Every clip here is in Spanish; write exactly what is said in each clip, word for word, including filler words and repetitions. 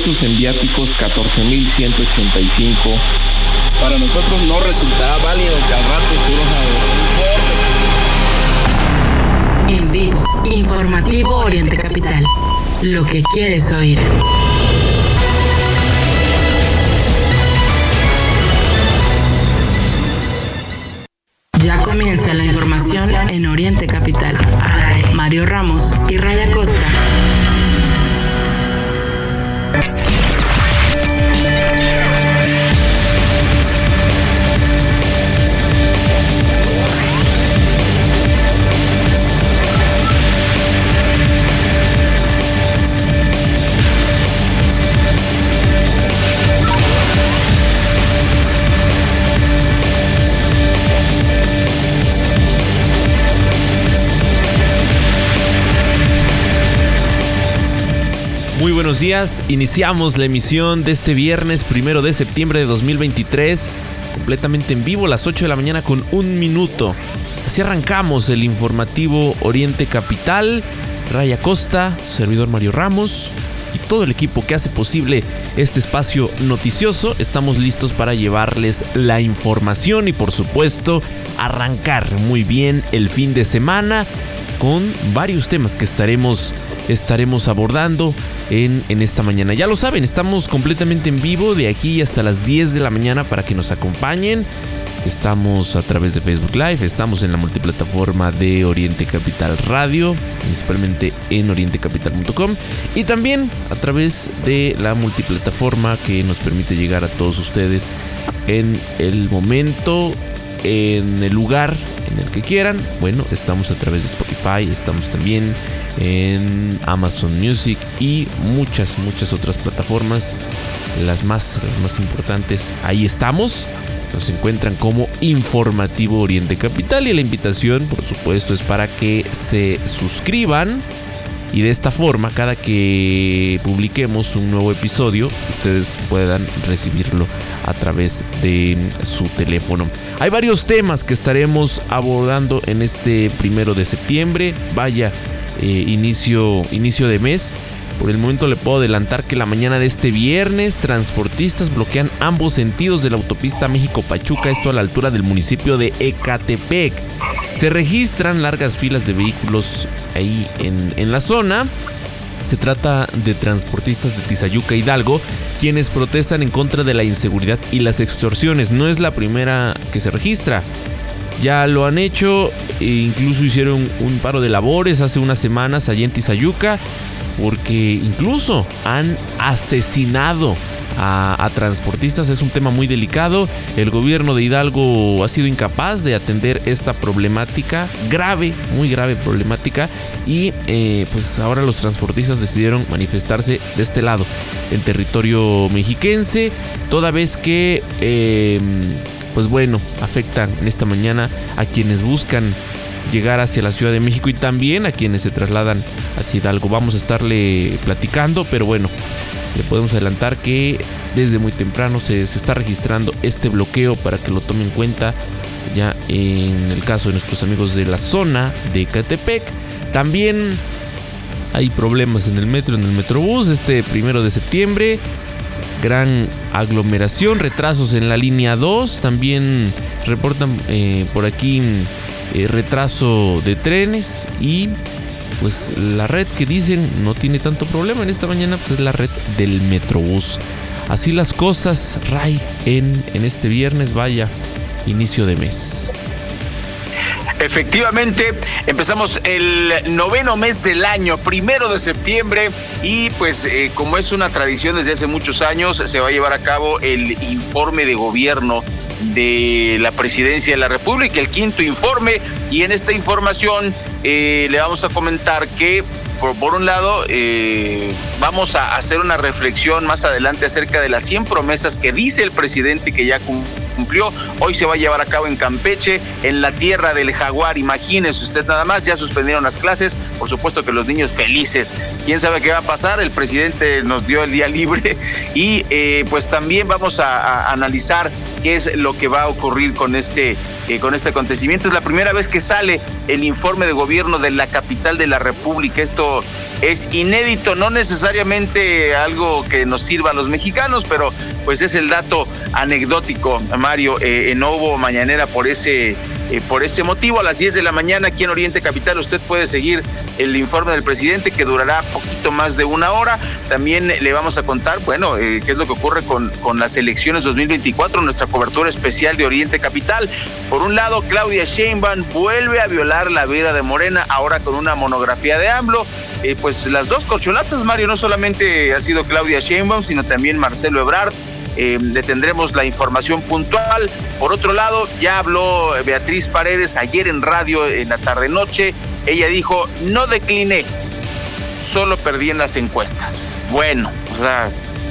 pesos, en viáticos catorce mil ciento ochenta y cinco. Para nosotros no resultará válido que al rato surja. En vivo, informativo Oriente Capital. Lo que quieres oír. Ya comienza la información en Oriente Capital. Mario Ramos y Raya Costa. Muy buenos días, iniciamos la emisión de este viernes primero de septiembre de dos mil veintitrés, completamente en vivo, las ocho de la mañana con un minuto. Así arrancamos el informativo Oriente Capital. Raya Costa, servidor Mario Ramos y todo el equipo que hace posible este espacio noticioso. Estamos listos para llevarles la información y, por supuesto, arrancar muy bien el fin de semana con varios temas que estaremos, estaremos abordando en, en esta mañana. Ya lo saben, estamos completamente en vivo de aquí hasta las diez de la mañana para que nos acompañen. Estamos a través de Facebook Live, estamos en la multiplataforma de Oriente Capital Radio, principalmente en oriente capital punto com, y también a través de la multiplataforma que nos permite llegar a todos ustedes en el momento, en el lugar en el que quieran. Bueno, estamos a través de Spotify, estamos también en Amazon Music y muchas, muchas otras plataformas, las más, las más importantes. Ahí estamos. Nos encuentran como Informativo Oriente Capital y la invitación, por supuesto, es para que se suscriban y de esta forma, cada que publiquemos un nuevo episodio, ustedes puedan recibirlo a través de su teléfono. Hay varios temas que estaremos abordando en este primero de septiembre. Vaya, eh, inicio, inicio de mes. Por el momento le puedo adelantar que la mañana de este viernes, transportistas bloquean ambos sentidos de la autopista México-Pachuca, esto a la altura del municipio de Ecatepec. Se registran largas filas de vehículos ahí en, en la zona. Se trata de transportistas de Tizayuca, Hidalgo, quienes protestan en contra de la inseguridad y las extorsiones. No es la primera que se registra. Ya lo han hecho, e incluso hicieron un paro de labores hace unas semanas allí en Tizayuca, porque incluso han asesinado a, a transportistas. Es un tema muy delicado. El gobierno de Hidalgo ha sido incapaz de atender esta problemática, grave, muy grave problemática, y eh, pues ahora los transportistas decidieron manifestarse de este lado, en territorio mexiquense, toda vez que eh, pues bueno, afectan en esta mañana a quienes buscan llegar hacia la Ciudad de México y también a quienes se trasladan hacia Hidalgo. Vamos a estarle platicando, pero bueno, le podemos adelantar que desde muy temprano se, se está registrando este bloqueo para que lo tomen en cuenta ya en el caso de nuestros amigos de la zona de Ecatepec. También hay problemas en el metro, en el Metrobús, este primero de septiembre. Gran aglomeración, retrasos en la línea dos. También reportan eh, por aquí eh, retraso de trenes. Y pues la red que dicen no tiene tanto problema en esta mañana, pues es la red del Metrobús. Así las cosas, Ray, en, en este viernes, vaya, inicio de mes. Efectivamente, empezamos el noveno mes del año, primero de septiembre, y pues eh, como es una tradición desde hace muchos años, se va a llevar a cabo el informe de gobierno de la Presidencia de la República, el quinto informe, y en esta información eh, le vamos a comentar que Por, por un lado, eh, vamos a hacer una reflexión más adelante acerca de las cien promesas que dice el presidente que ya cumplió. Hoy se va a llevar a cabo en Campeche, en la tierra del jaguar. Imagínense usted nada más, ya suspendieron las clases. Por supuesto que los niños felices. ¿Quién sabe qué va a pasar? El presidente nos dio el día libre. Y eh, pues también vamos a, a analizar qué es lo que va a ocurrir con este, eh, con este acontecimiento. Es la primera vez que sale el informe de gobierno de la capital de la República. Esto es inédito, no necesariamente algo que nos sirva a los mexicanos, pero pues es el dato anecdótico, Mario. Eh, no hubo mañanera por ese... Eh, por ese motivo, a las diez de la mañana aquí en Oriente Capital usted puede seguir el informe del presidente, que durará poquito más de una hora. También le vamos a contar, bueno, eh, qué es lo que ocurre con, con las elecciones dos mil veinticuatro, nuestra cobertura especial de Oriente Capital. Por un lado, Claudia Sheinbaum vuelve a violar la veda de Morena, ahora con una monografía de AMLO. Eh, pues las dos corcholatas, Mario, no solamente ha sido Claudia Sheinbaum, sino también Marcelo Ebrard. Eh, le tendremos la información puntual. Por otro lado, ya habló Beatriz Paredes ayer en radio en la tarde-noche. Ella dijo, no decliné, solo perdí en las encuestas. Bueno, o sea,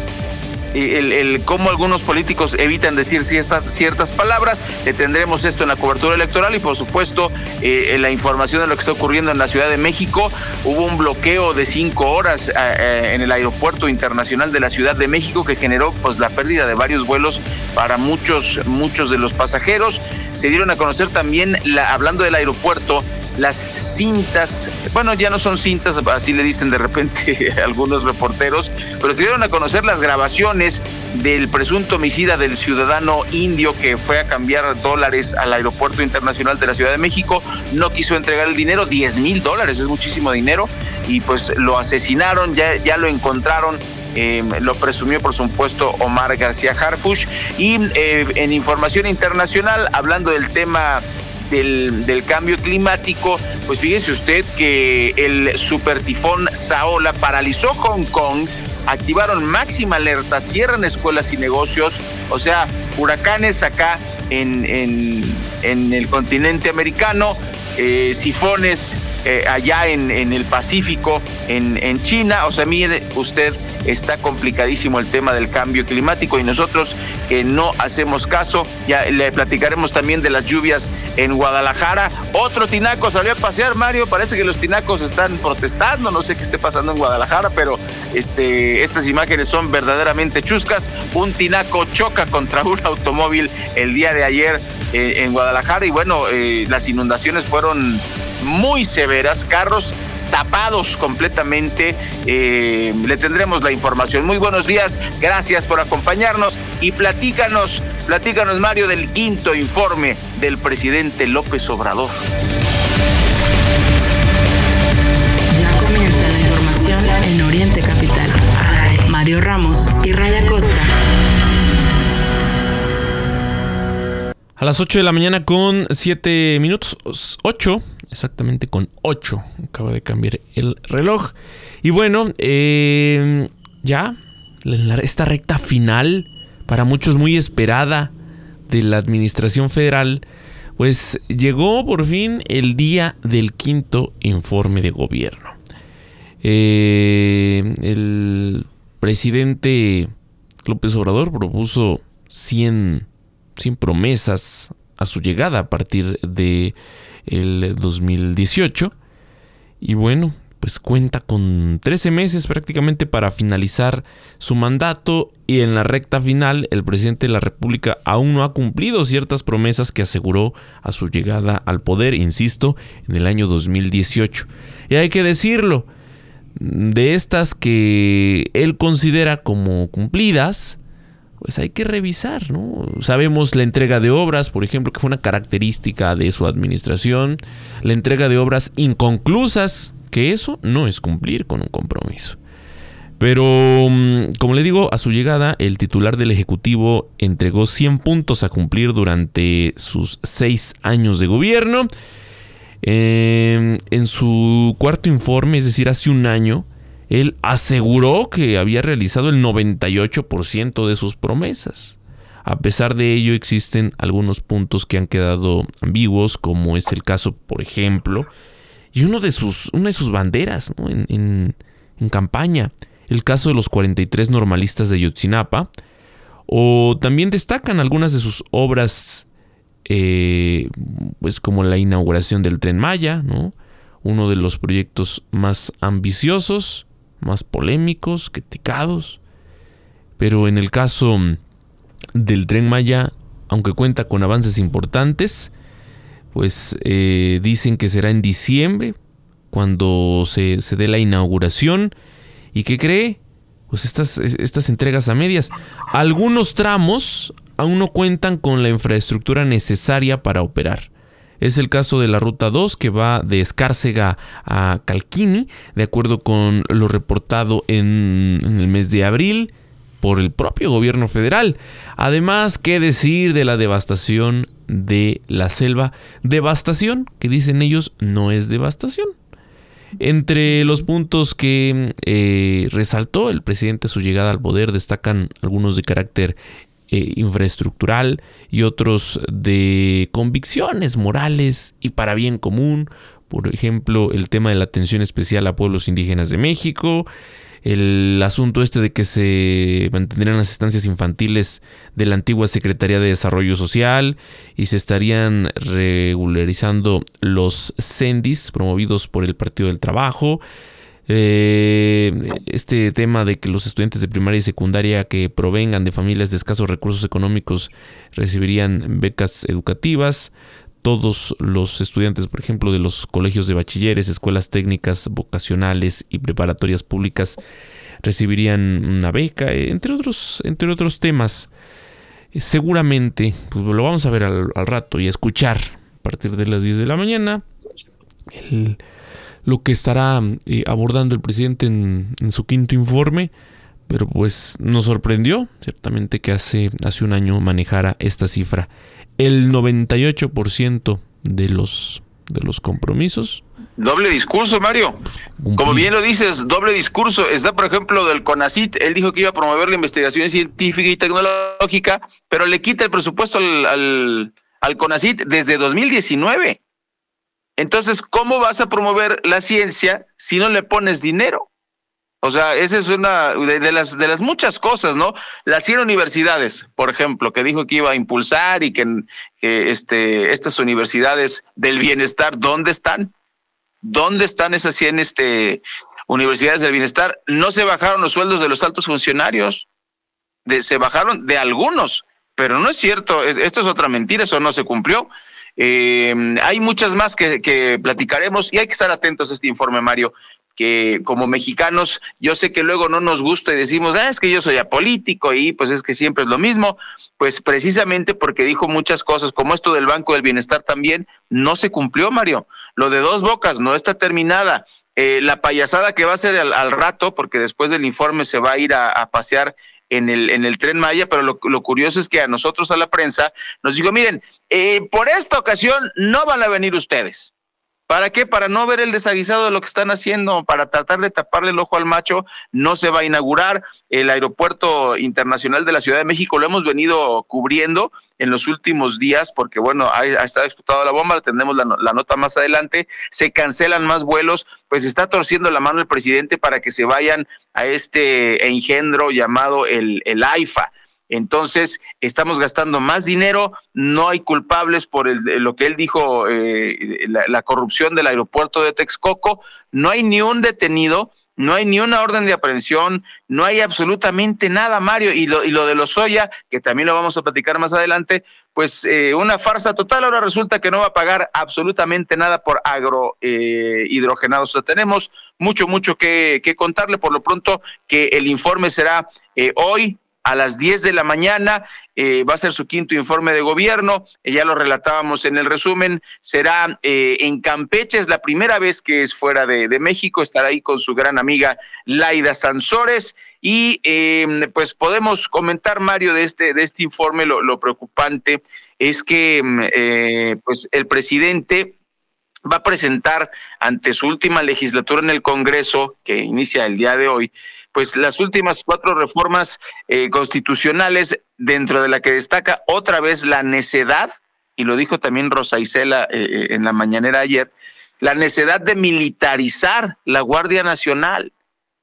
el, el cómo algunos políticos evitan decir ciertas, ciertas palabras. Le tendremos esto en la cobertura electoral y por supuesto eh, en la información de lo que está ocurriendo en la Ciudad de México. Hubo un bloqueo de cinco horas eh, eh, en el aeropuerto internacional de la Ciudad de México que generó pues la pérdida de varios vuelos para muchos, muchos de los pasajeros. Se dieron a conocer también, la, hablando del aeropuerto, las cintas, bueno, ya no son cintas, así le dicen de repente algunos reporteros, pero se dieron a conocer las grabaciones del presunto homicida del ciudadano indio que fue a cambiar dólares al aeropuerto internacional de la Ciudad de México. No quiso entregar el dinero, diez mil dólares, es muchísimo dinero, y pues lo asesinaron, ya, ya lo encontraron. Eh, lo presumió por supuesto Omar García Harfuch. Y eh, en información internacional, hablando del tema Del, del cambio climático, pues fíjese usted que el supertifón Saola paralizó Hong Kong, activaron máxima alerta, cierran escuelas y negocios, o sea, huracanes acá en, en, en el continente americano, eh, sifones eh, allá en, en el Pacífico, en, en China. O sea, mire usted, está complicadísimo el tema del cambio climático y nosotros que no hacemos caso. Ya le platicaremos también de las lluvias en Guadalajara. Otro tinaco salió a pasear, Mario. Parece que los tinacos están protestando, no sé qué esté pasando en Guadalajara, pero este, estas imágenes son verdaderamente chuscas. Un tinaco choca contra un automóvil el día de ayer eh, en Guadalajara y bueno, eh, las inundaciones fueron muy severas, carros tapados completamente. Eh, le tendremos la información. Muy buenos días, gracias por acompañarnos y platícanos, platícanos Mario, del quinto informe del presidente López Obrador. Ya comienza la información en Oriente Capital. Mario Ramos y Raya Costa. A las ocho de la mañana con siete minutos, ocho, exactamente con ocho, acaba de cambiar el reloj. Y bueno, eh, ya, esta recta final, para muchos muy esperada, de la administración federal, pues llegó por fin el día del quinto informe de gobierno. Eh, el presidente López Obrador propuso cien promesas a su llegada a partir de el dos mil dieciocho y bueno, pues cuenta con trece meses prácticamente para finalizar su mandato y en la recta final el presidente de la República aún no ha cumplido ciertas promesas que aseguró a su llegada al poder, insisto, en el año dos mil dieciocho. Y hay que decirlo, de estas que él considera como cumplidas, pues hay que revisar, ¿no? Sabemos la entrega de obras, por ejemplo, que fue una característica de su administración, la entrega de obras inconclusas, que eso no es cumplir con un compromiso. Pero, como le digo, a su llegada, el titular del Ejecutivo entregó cien puntos a cumplir durante sus seis años de gobierno. Eh, en su cuarto informe, es decir, hace un año, él aseguró que había realizado el noventa y ocho por ciento de sus promesas. A pesar de ello, existen algunos puntos que han quedado ambiguos, como es el caso, por ejemplo, y uno de sus, una de sus banderas, ¿no? en, en, en campaña, el caso de los cuarenta y tres normalistas de Ayotzinapa, o también destacan algunas de sus obras, eh, pues como la inauguración del Tren Maya, ¿no? Uno de los proyectos más ambiciosos, más polémicos, criticados. Pero en el caso del Tren Maya, aunque cuenta con avances importantes, pues eh, dicen que será en diciembre cuando se, se dé la inauguración. ¿Y qué cree? Pues estas, estas entregas a medias. Algunos tramos aún no cuentan con la infraestructura necesaria para operar. Es el caso de la Ruta dos, que va de Escárcega a Calquini, de acuerdo con lo reportado en, en el mes de abril por el propio gobierno federal. Además, ¿qué decir de la devastación de la selva? Devastación que dicen ellos no es devastación. Entre los puntos que eh, resaltó el presidente a su llegada al poder destacan algunos de carácter eh, infraestructural y otros de convicciones morales y para bien común. Por ejemplo, el tema de la atención especial a pueblos indígenas de México, el asunto este de que se mantendrían las estancias infantiles de la antigua Secretaría de Desarrollo Social y se estarían regularizando los C E N D I S promovidos por el Partido del Trabajo. Eh, este tema de que los estudiantes de primaria y secundaria que provengan de familias de escasos recursos económicos recibirían becas educativas. Todos los estudiantes, por ejemplo, de los colegios de bachilleres, escuelas técnicas, vocacionales y preparatorias públicas recibirían una beca, entre otros, entre otros temas. Seguramente, pues lo vamos a ver al, al rato y a escuchar a partir de las diez de la mañana el, lo que estará eh, abordando el presidente en, en su quinto informe. Pero pues nos sorprendió, ciertamente, que hace, hace un año manejara esta cifra. El noventa y ocho por ciento de los, de los compromisos. Doble discurso, Mario. Cumplir. Como bien lo dices, doble discurso. Está, por ejemplo, del CONACYT. Él dijo que iba a promover la investigación científica y tecnológica, pero le quita el presupuesto al, al, al CONACYT desde dos mil diecinueve. Entonces, ¿cómo vas a promover la ciencia si no le pones dinero? O sea, esa es una de, de las de las muchas cosas, ¿no? Las cien universidades, por ejemplo, que dijo que iba a impulsar y que, que este, estas universidades del bienestar, ¿dónde están? ¿Dónde están esas cien este, universidades del bienestar? No se bajaron los sueldos de los altos funcionarios, de, se bajaron de algunos, pero no es cierto, es, esto es otra mentira, eso no se cumplió. Eh, hay muchas más que, que platicaremos y hay que estar atentos a este informe, Mario, que como mexicanos yo sé que luego no nos gusta y decimos, ah, es que yo soy apolítico y pues es que siempre es lo mismo, pues precisamente porque dijo muchas cosas como esto del Banco del Bienestar también no se cumplió, Mario. Lo de Dos Bocas no está terminada. Eh, la payasada que va a ser al, al rato, porque después del informe se va a ir a, a pasear en el en el Tren Maya, pero lo, lo curioso es que a nosotros, a la prensa, nos dijo, miren, eh, por esta ocasión no van a venir ustedes. ¿Para qué? Para no ver el desaguisado de lo que están haciendo, para tratar de taparle el ojo al macho. No se va a inaugurar el Aeropuerto Internacional de la Ciudad de México, lo hemos venido cubriendo en los últimos días porque, bueno, ha, ha estado explotada la bomba, tendremos la, la nota más adelante, se cancelan más vuelos, pues está torciendo la mano el presidente para que se vayan a este engendro llamado el, el AIFA. Entonces, estamos gastando más dinero, no hay culpables por el, lo que él dijo, eh, la, la corrupción del aeropuerto de Texcoco, no hay ni un detenido, no hay ni una orden de aprehensión, no hay absolutamente nada, Mario, y lo, y lo de Lozoya, que también lo vamos a platicar más adelante, pues eh, una farsa total. Ahora resulta que no va a pagar absolutamente nada por agrohidrogenados. Eh, o sea, tenemos mucho, mucho que, que contarle. Por lo pronto, que el informe será eh, hoy, a las diez de la mañana, eh, va a ser su quinto informe de gobierno, eh, ya lo relatábamos en el resumen, será eh, en Campeche, es la primera vez que es fuera de, de México, estará ahí con su gran amiga Laida Sansores, y eh, pues podemos comentar, Mario, de este, de este informe. Lo, lo preocupante es que eh, pues el presidente va a presentar ante su última legislatura en el Congreso, que inicia el día de hoy, pues las últimas cuatro reformas eh, constitucionales, dentro de la que destaca otra vez la necedad, y lo dijo también Rosa Isela eh, en la mañanera ayer, la necedad de militarizar la Guardia Nacional.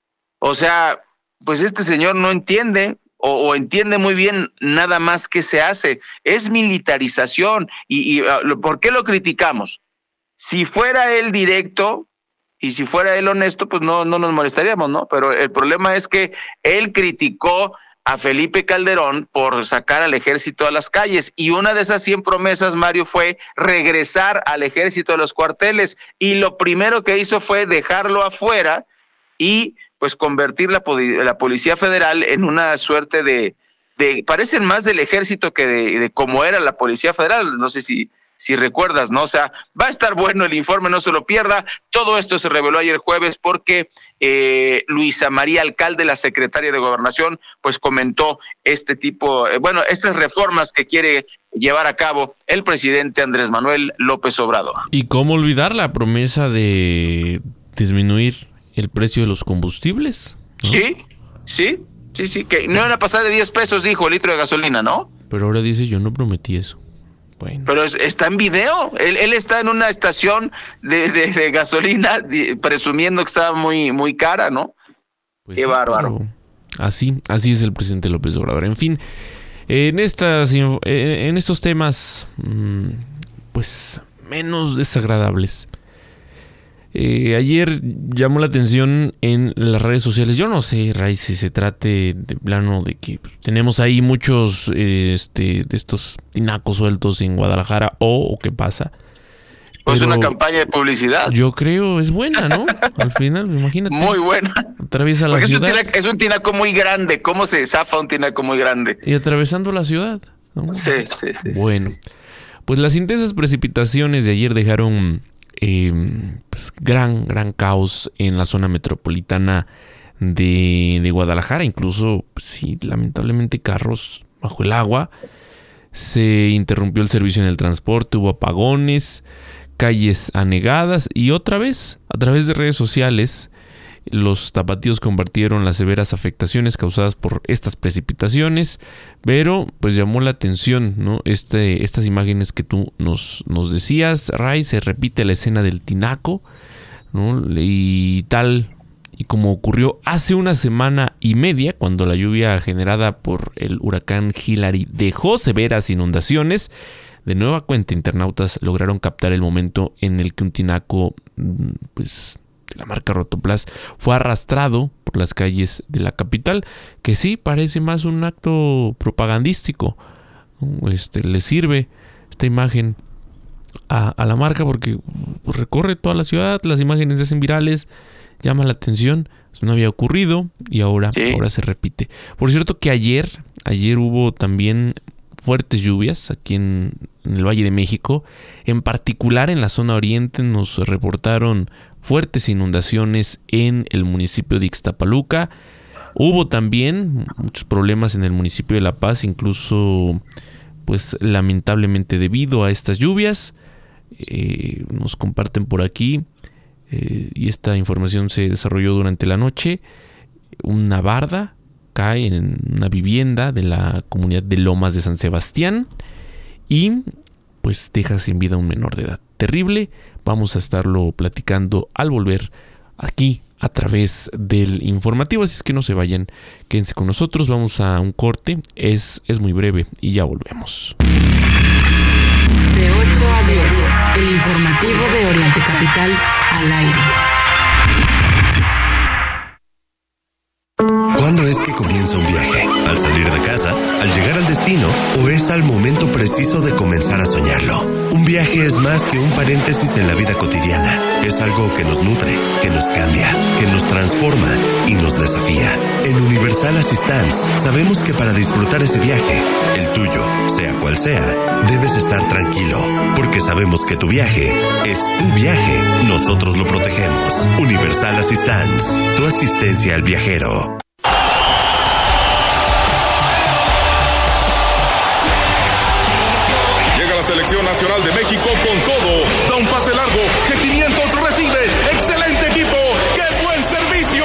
O sea, pues este señor no entiende, o, o entiende muy bien nada más que se hace, es militarización. ¿Y, y por qué lo criticamos? Si fuera él directo, y si fuera él honesto, pues no, no nos molestaríamos, ¿no? Pero el problema es que él criticó a Felipe Calderón por sacar al ejército a las calles, y una de esas cien promesas, Mario, fue regresar al ejército a los cuarteles, y lo primero que hizo fue dejarlo afuera y pues convertir la, la Policía Federal en una suerte de, de parecen más del ejército que de, de cómo era la Policía Federal. No sé si Si recuerdas, ¿no? O sea, va a estar bueno el informe, no se lo pierda. Todo esto se reveló ayer jueves porque eh, Luisa María Alcalde, la secretaria de Gobernación, pues comentó este tipo, eh, bueno, estas reformas que quiere llevar a cabo el presidente Andrés Manuel López Obrador. ¿Y cómo olvidar la promesa de disminuir el precio de los combustibles? ¿No? Sí, sí, sí, sí, que no iban a pasar de diez pesos, dijo, el litro de gasolina, ¿no? Pero ahora dice, yo no prometí eso. Bueno. Pero está en video, él, él está en una estación de, de, de gasolina de, presumiendo que estaba muy, muy cara, ¿no? Pues Qué sí, bárbaro. Así, así es el presidente López Obrador. En fin, en estas, en estos temas, pues menos desagradables. Eh, ayer llamó la atención en las redes sociales. Yo no sé, Ray, si se trate de plano de que tenemos ahí muchos eh, este, de estos tinacos sueltos en Guadalajara o, o qué pasa. Pues Pero una campaña de publicidad. Yo creo es buena, ¿no? Al final, imagínate. Muy buena. Atraviesa la Porque ciudad. Es un, tinaco, es un tinaco muy grande. ¿Cómo se zafa un tinaco muy grande? Y atravesando la ciudad, ¿no? Sí, sí, sí. Bueno, sí, sí. Pues las intensas precipitaciones de ayer dejaron eh, pues, gran, gran caos en la zona metropolitana de, de Guadalajara. Incluso, pues, sí, lamentablemente carros bajo el agua. Se interrumpió el servicio en el transporte, hubo apagones, calles anegadas y otra vez, a través de redes sociales, los tapatíos compartieron las severas afectaciones causadas por estas precipitaciones, pero pues llamó la atención, ¿no? Este, estas imágenes que tú nos, nos decías, Ray, se repite la escena del tinaco, ¿no? Y tal y como ocurrió hace una semana y media, cuando la lluvia generada por el huracán Hillary dejó severas inundaciones. De nueva cuenta, internautas lograron captar el momento en el que un tinaco, pues, de la marca Rotoplas fue arrastrado por las calles de la capital, que sí parece más un acto propagandístico. Este, le sirve esta imagen a, a la marca porque pues, recorre toda la ciudad, las imágenes se hacen virales, llama la atención. Eso no había ocurrido y ahora, sí. ahora se repite. Por cierto que ayer, ayer hubo también fuertes lluvias aquí en, en el Valle de México, en particular en la zona oriente nos reportaron fuertes inundaciones en el municipio de Ixtapaluca. Hubo también muchos problemas en el municipio de La Paz, incluso pues lamentablemente debido a estas lluvias. Eh, nos comparten por aquí eh, y esta información se desarrolló durante la noche. Una barda cae en una vivienda de la comunidad de Lomas de San Sebastián y pues deja sin vida a un menor de edad. Terrible. Vamos a estarlo platicando al volver aquí a través del informativo, así es que no se vayan, quédense con nosotros, vamos a un corte, es, es muy breve y ya volvemos. De ocho a diez, el informativo de Oriente Capital al aire. ¿Cuándo es que comienza un viaje? ¿Al salir de casa? ¿Al llegar al destino? ¿O es al momento preciso de comenzar a soñarlo? Un viaje es más que un paréntesis en la vida cotidiana. Es algo que nos nutre, que nos cambia, que nos transforma y nos desafía. En Universal Assistance sabemos que para disfrutar ese viaje, el tuyo, sea cual sea, debes estar tranquilo, porque sabemos que tu viaje es tu viaje. Nosotros lo protegemos. Universal Assistance, tu asistencia al viajero. Selección Nacional de México con todo. Da un pase largo. G quinientos recibe. ¡Excelente equipo! ¡Qué buen servicio!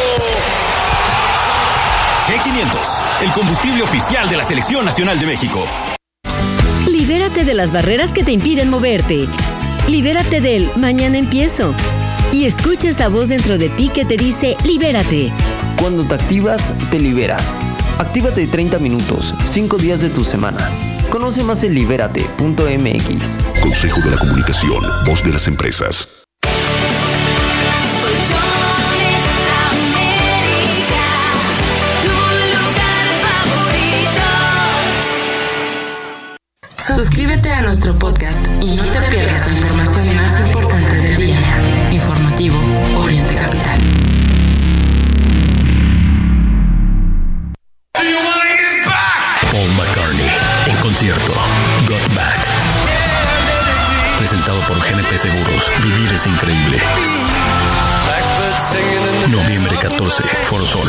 G quinientos, el combustible oficial de la Selección Nacional de México. Libérate de las barreras que te impiden moverte. Libérate del mañana empiezo. Y escucha esa voz dentro de ti que te dice libérate. Cuando te activas, te liberas. Actívate treinta minutos, cinco días de tu semana. Conoce más en libérate punto m x. Consejo de la Comunicación, voz de las empresas. por G N P Seguros. Vivir es increíble. Noviembre catorce, Foro Sol.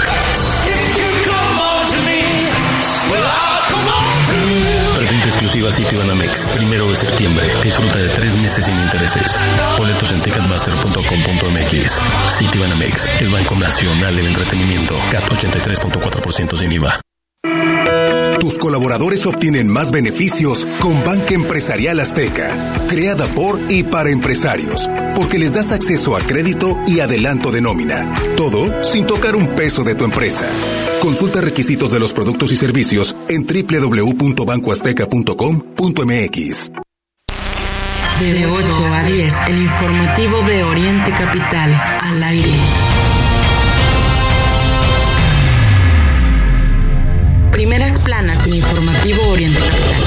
Preventa exclusiva Citibanamex, primero de septiembre. Disfruta de tres meses sin intereses. Boletos en ticketmaster punto com punto m x. Citibanamex, el Banco Nacional del Entretenimiento. C A T ochenta y tres punto cuatro por ciento sin I V A. Tus colaboradores obtienen más beneficios con Banca Empresarial Azteca, creada por y para empresarios, porque les das acceso a crédito y adelanto de nómina. Todo sin tocar un peso de tu empresa. Consulta requisitos de los productos y servicios en doble u doble u doble u punto banco azteca punto com punto m x. De ocho a diez, el informativo de Oriente Capital, al aire. Primeras planas en informativo Oriente Capital.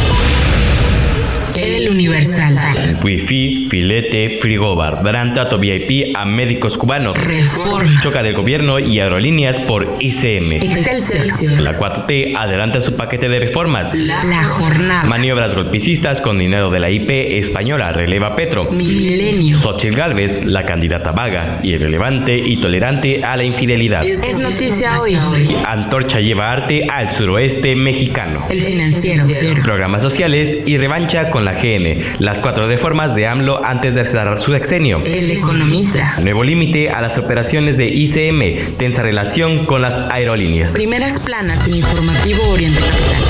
El Universal. Wi-Fi, filete, frigobar. Darán trato V I P a médicos cubanos. Reforma. Choca del gobierno y aerolíneas por I C M. Excelsior. La cuatro T adelanta su paquete de reformas. La, la jornada. Maniobras golpicistas con dinero de la I P española. Releva Petro. Milenio. Xóchitl Gálvez, la candidata vaga, irrelevante y tolerante a la infidelidad. Es, es noticia hoy. Antorcha lleva arte al suroeste mexicano. El Financiero. Programas sociales y revancha con la G N. Las cuatro reformas de AMLO antes de cerrar su sexenio. El Economista. Nuevo límite a las operaciones de I C M. Tensa relación con las aerolíneas. Primeras planas en informativo Oriente Capital.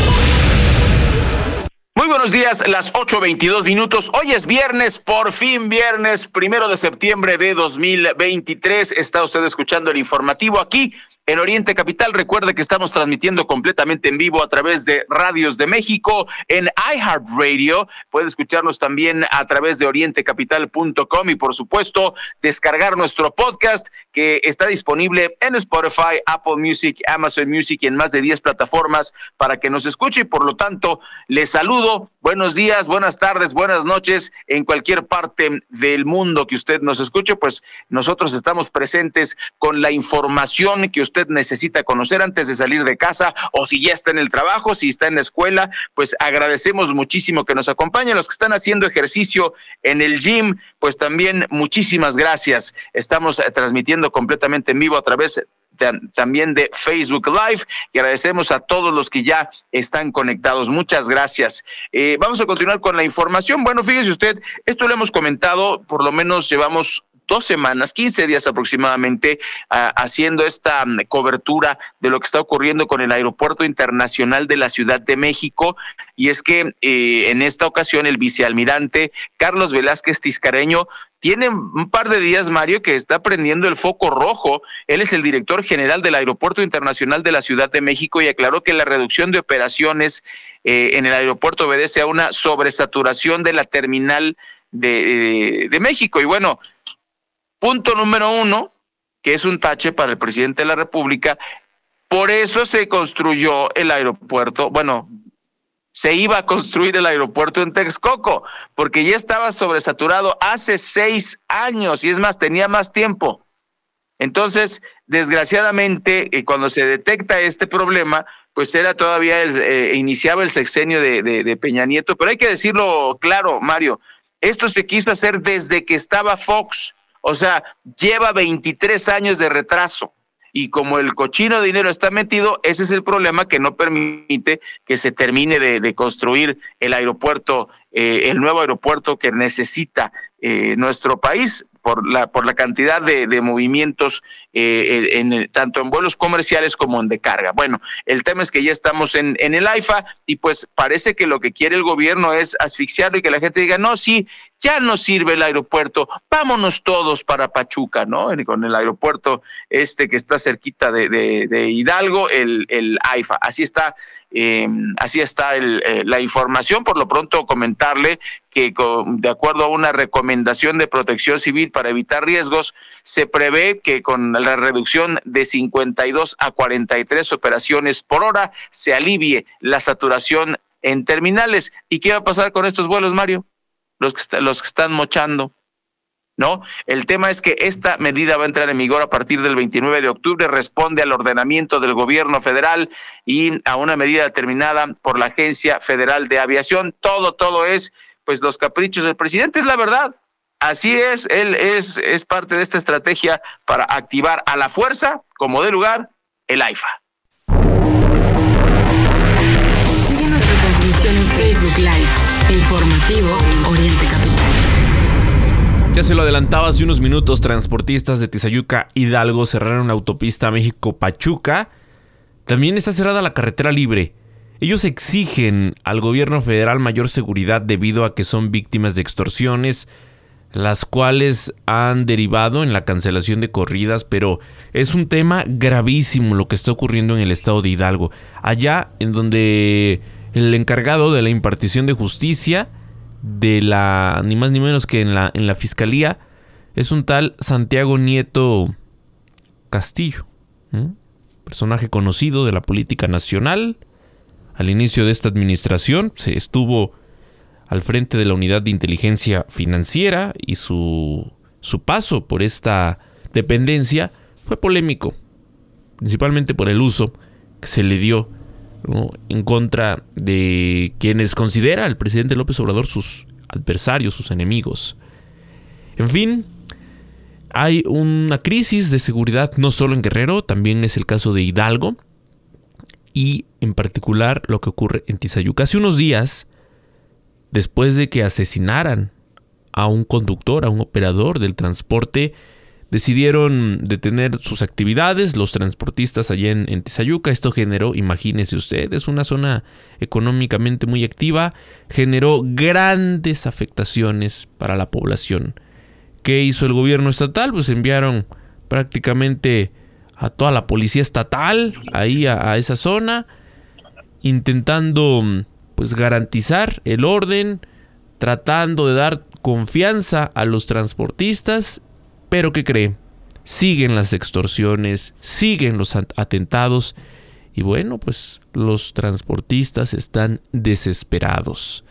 Muy buenos días, las ocho veintidós minutos. Hoy es viernes, por fin viernes, primero de septiembre de dos mil veintitrés. Está usted escuchando el informativo aquí en Oriente Capital. Recuerde que estamos transmitiendo completamente en vivo a través de Radios de México, en iHeartRadio. Puede escucharnos también a través de oriente capital punto com y, por supuesto, descargar nuestro podcast que está disponible en Spotify, Apple Music, Amazon Music y en más de diez plataformas para que nos escuche. Y por lo tanto, les saludo. Buenos días, buenas tardes, buenas noches en cualquier parte del mundo que usted nos escuche. Pues nosotros estamos presentes con la información que usted necesita conocer antes de salir de casa, o si ya está en el trabajo, si está en la escuela. Pues agradecemos muchísimo que nos acompañen. Los que están haciendo ejercicio en el gym, pues también muchísimas gracias. Estamos eh, transmitiendo completamente en vivo a través de también de Facebook Live, y agradecemos a todos los que ya están conectados. Muchas gracias. Eh, vamos a continuar con la información. Bueno, fíjese usted, esto lo hemos comentado, por lo menos llevamos dos semanas, quince días aproximadamente, uh, haciendo esta um, cobertura de lo que está ocurriendo con el Aeropuerto Internacional de la Ciudad de México. Y es que eh, en esta ocasión el vicealmirante Carlos Velázquez Tiscareño tiene un par de días, Mario, que está prendiendo el foco rojo. Él es el director general del Aeropuerto Internacional de la Ciudad de México y aclaró que la reducción de operaciones eh, en el aeropuerto obedece a una sobresaturación de la terminal de, de, de México. Y bueno, punto número uno, que es un tache para el presidente de la República. Por eso se construyó el aeropuerto, bueno, se iba a construir el aeropuerto en Texcoco, porque ya estaba sobresaturado hace seis años, y es más, tenía más tiempo. Entonces, desgraciadamente, eh, cuando se detecta este problema, pues era todavía, el, eh, iniciaba el sexenio de, de, de Peña Nieto, pero hay que decirlo claro, Mario, esto se quiso hacer desde que estaba Fox. O sea, lleva veintitrés años de retraso, y como el cochino de dinero está metido, ese es el problema que no permite que se termine de, de construir el aeropuerto, eh, el nuevo aeropuerto que necesita eh, nuestro país por la por la cantidad de, de movimientos eh, en, tanto en vuelos comerciales como en de carga. Bueno, el tema es que ya estamos en, en el AIFA, y pues parece que lo que quiere el gobierno es asfixiarlo y que la gente diga, no, sí, ya no sirve el aeropuerto, vámonos todos para Pachuca, ¿no? Con el aeropuerto este que está cerquita de, de, de Hidalgo, el, el AIFA. Así está, eh, así está el, eh, la información. Por lo pronto, comentarle que con, de acuerdo a una recomendación de Protección Civil para evitar riesgos, se prevé que con la reducción de cincuenta y dos a cuarenta y tres operaciones por hora se alivie la saturación en terminales. ¿Y qué va a pasar con estos vuelos, Mario? Los que, está, los que están mochando, ¿no? El tema es que esta medida va a entrar en vigor a partir del veintinueve de octubre, responde al ordenamiento del gobierno federal y a una medida determinada por la Agencia Federal de Aviación. Todo, todo es, pues, los caprichos del presidente, es la verdad. Así es, él es, es parte de esta estrategia para activar a la fuerza, como de lugar, el AIFA. Sigue nuestra transmisión en Facebook Live, informativo Oriente Capital. Ya se lo adelantaba hace unos minutos, transportistas de Tizayuca, Hidalgo cerraron la autopista México-Pachuca. También está cerrada la carretera libre. Ellos exigen al gobierno federal mayor seguridad debido a que son víctimas de extorsiones, las cuales han derivado en la cancelación de corridas, pero es un tema gravísimo lo que está ocurriendo en el estado de Hidalgo, allá en donde el encargado de la impartición de justicia, de la ni más ni menos que en la, en la fiscalía, es un tal Santiago Nieto Castillo, ¿eh? Personaje conocido de la política nacional. Al inicio de esta administración se estuvo al frente de la unidad de inteligencia financiera y su, su paso por esta dependencia fue polémico, principalmente por el uso que se le dio, ¿no?, en contra de quienes considera el presidente López Obrador sus adversarios, sus enemigos. En fin, hay una crisis de seguridad no solo en Guerrero, también es el caso de Hidalgo y en particular lo que ocurre en Tizayuca. Hace unos días, después de que asesinaran a un conductor, a un operador del transporte, decidieron detener sus actividades los transportistas allá en, en Tizayuca. Esto generó, imagínese usted, es una zona económicamente muy activa, generó grandes afectaciones para la población. ¿Qué hizo el gobierno estatal? Pues enviaron prácticamente a toda la policía estatal ahí a, a esa zona, intentando pues garantizar el orden, tratando de dar confianza a los transportistas. Pero ¿qué cree? Siguen las extorsiones, siguen los atentados y bueno, pues los transportistas están desesperados.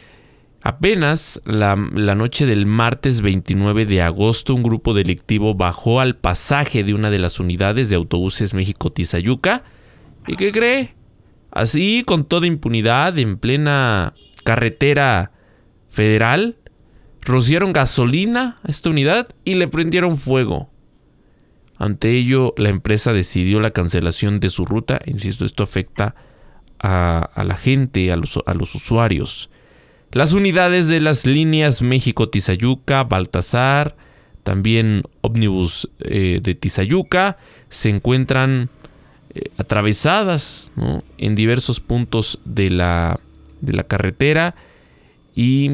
Apenas la, la noche del martes veintinueve de agosto, un grupo delictivo bajó al pasaje de una de las unidades de autobuses México-Tizayuca. ¿Y qué cree? Así, con toda impunidad, en plena carretera federal, rociaron gasolina a esta unidad y le prendieron fuego. Ante ello, la empresa decidió la cancelación de su ruta. Insisto, esto afecta a, a la gente, a los, a los usuarios. Las unidades de las líneas México-Tizayuca, Baltasar, también ómnibus eh, de Tizayuca, se encuentran eh, atravesadas, ¿no?, en diversos puntos de la, de la carretera. Y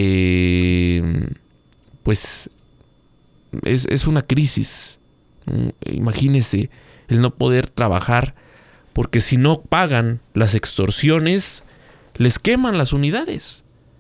eh, pues es, es una crisis. Imagínese el no poder trabajar, porque si no pagan las extorsiones, les queman las unidades.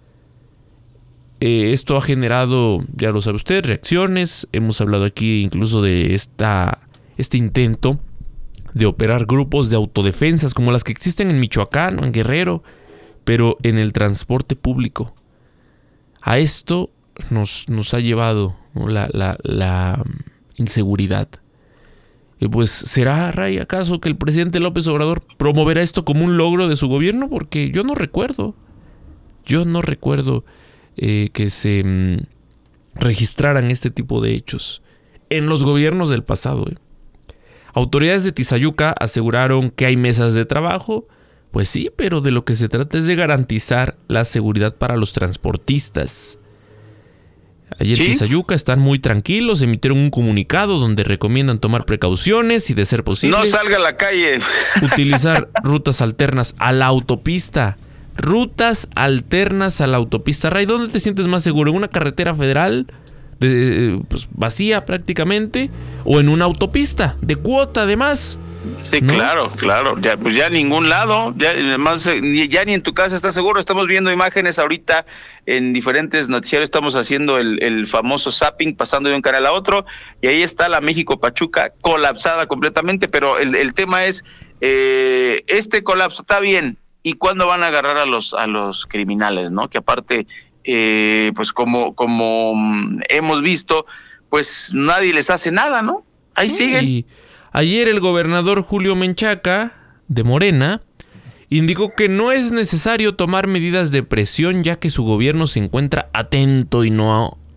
Eh, esto ha generado, ya lo sabe usted, reacciones. Hemos hablado aquí incluso de esta, este intento de operar grupos de autodefensas como las que existen en Michoacán o en Guerrero, pero en el transporte público. A esto nos, nos ha llevado, ¿no?, la, la, la inseguridad. Y pues, ¿será, Ray, acaso que el presidente López Obrador promoverá esto como un logro de su gobierno? Porque yo no recuerdo, yo no recuerdo eh, que se mm, registraran este tipo de hechos en los gobiernos del pasado. ¿eh? Autoridades de Tizayuca aseguraron que hay mesas de trabajo. Pues sí, pero de lo que se trata es de garantizar la seguridad para los transportistas. Allí en ¿Sí? Tizayuca están muy tranquilos, emitieron un comunicado donde recomiendan tomar precauciones y, de ser posible, no salga a la calle, utilizar rutas alternas a la autopista. Rutas alternas a la autopista. Ray, ¿dónde te sientes más seguro? ¿En una carretera federal de, pues, vacía prácticamente? ¿O en una autopista de cuota además? Sí, ¿no? claro, claro. Ya, pues ya en ningún lado, ya, además, ya ni en tu casa estás seguro. Estamos viendo imágenes ahorita en diferentes noticiarios. Estamos haciendo el, el famoso zapping, pasando de un canal a otro, y ahí está la México-Pachuca colapsada completamente. Pero el, el tema es, eh, este colapso está bien. ¿Y cuándo van a agarrar a los a los criminales, no? Que aparte, eh, pues como como hemos visto, pues nadie les hace nada, ¿no? Ahí sí, siguen. Y ayer el gobernador Julio Menchaca, de Morena, indicó que no es necesario tomar medidas de presión, ya que su gobierno se encuentra atento y no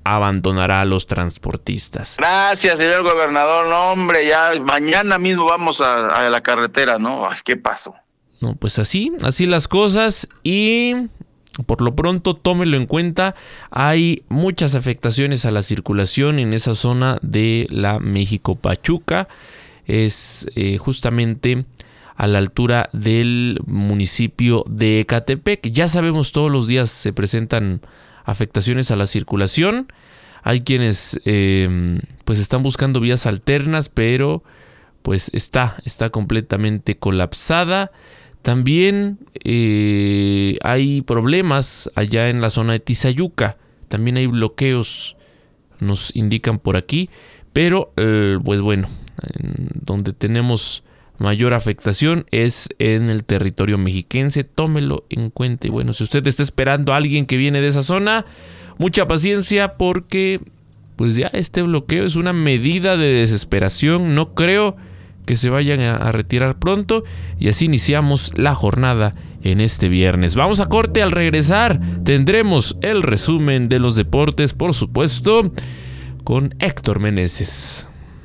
abandonará a los transportistas. Gracias, señor gobernador. No, hombre, ya mañana mismo vamos a, a la carretera, ¿no? Ay, ¿qué pasó? No, pues así, así las cosas y por lo pronto tómelo en cuenta. Hay muchas afectaciones a la circulación en esa zona de la México-Pachuca. Es eh, justamente a la altura del municipio de Ecatepec. Ya sabemos, todos los días se presentan afectaciones a la circulación. Hay quienes eh, pues están buscando vías alternas, pero pues está, está completamente colapsada. También eh, hay problemas allá en la zona de Tizayuca. También hay bloqueos, nos indican por aquí. Pero, eh, pues bueno, en donde tenemos mayor afectación es en el territorio mexiquense. Tómelo en cuenta. Y bueno, si usted está esperando a alguien que viene de esa zona, mucha paciencia porque pues ya este bloqueo es una medida de desesperación. No creo que se vayan a, a retirar pronto. Y así iniciamos la jornada en este viernes. Vamos a corte. Al regresar tendremos el resumen de los deportes, por supuesto, con Héctor Meneses.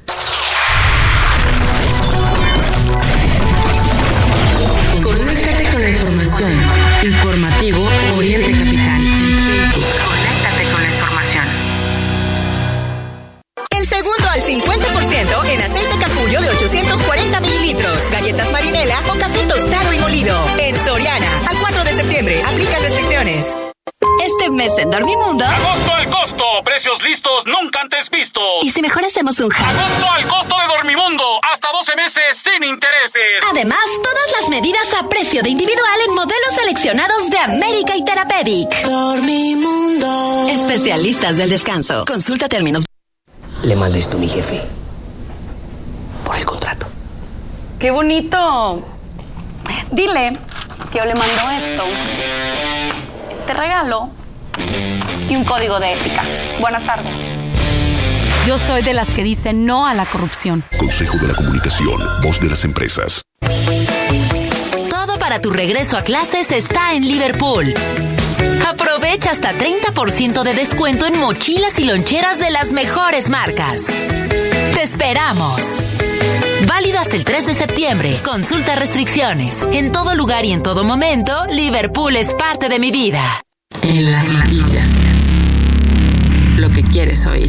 Conéctate con la información. Informativo Oriente Capital en Facebook. Conéctate con la información. El segundo al cincuenta por ciento en aceite capullo de ochocientos cuarenta mililitros, galletas marinela o café tostado y molido. En Soriana, al cuatro de septiembre, aplica restricciones. Este mes en Dormimundo... ¡Agosto al costo! ¡Precios listos nunca antes vistos! ¿Y si mejor hacemos un hash? ¡Agosto al costo de Dormimundo! ¡Hasta doce meses sin intereses! Además, todas las medidas a precio de individual en modelos seleccionados de América y Therapeutic. Dormimundo. Especialistas del descanso. Consulta términos. Le mandé esto a mi jefe. Por el contrato. ¡Qué bonito! Dile que yo le mando esto, este regalo y un código de ética. Buenas tardes. Yo soy de las que dicen no a la corrupción. Consejo de la Comunicación, voz de las empresas. Todo para tu regreso a clases está en Liverpool. Aprovecha hasta treinta por ciento de descuento en mochilas y loncheras de las mejores marcas. ¡Te esperamos! Válido hasta el tres de septiembre. Consulta restricciones. En todo lugar y en todo momento, Liverpool es parte de mi vida. En las noticias. Lo que quieres oír.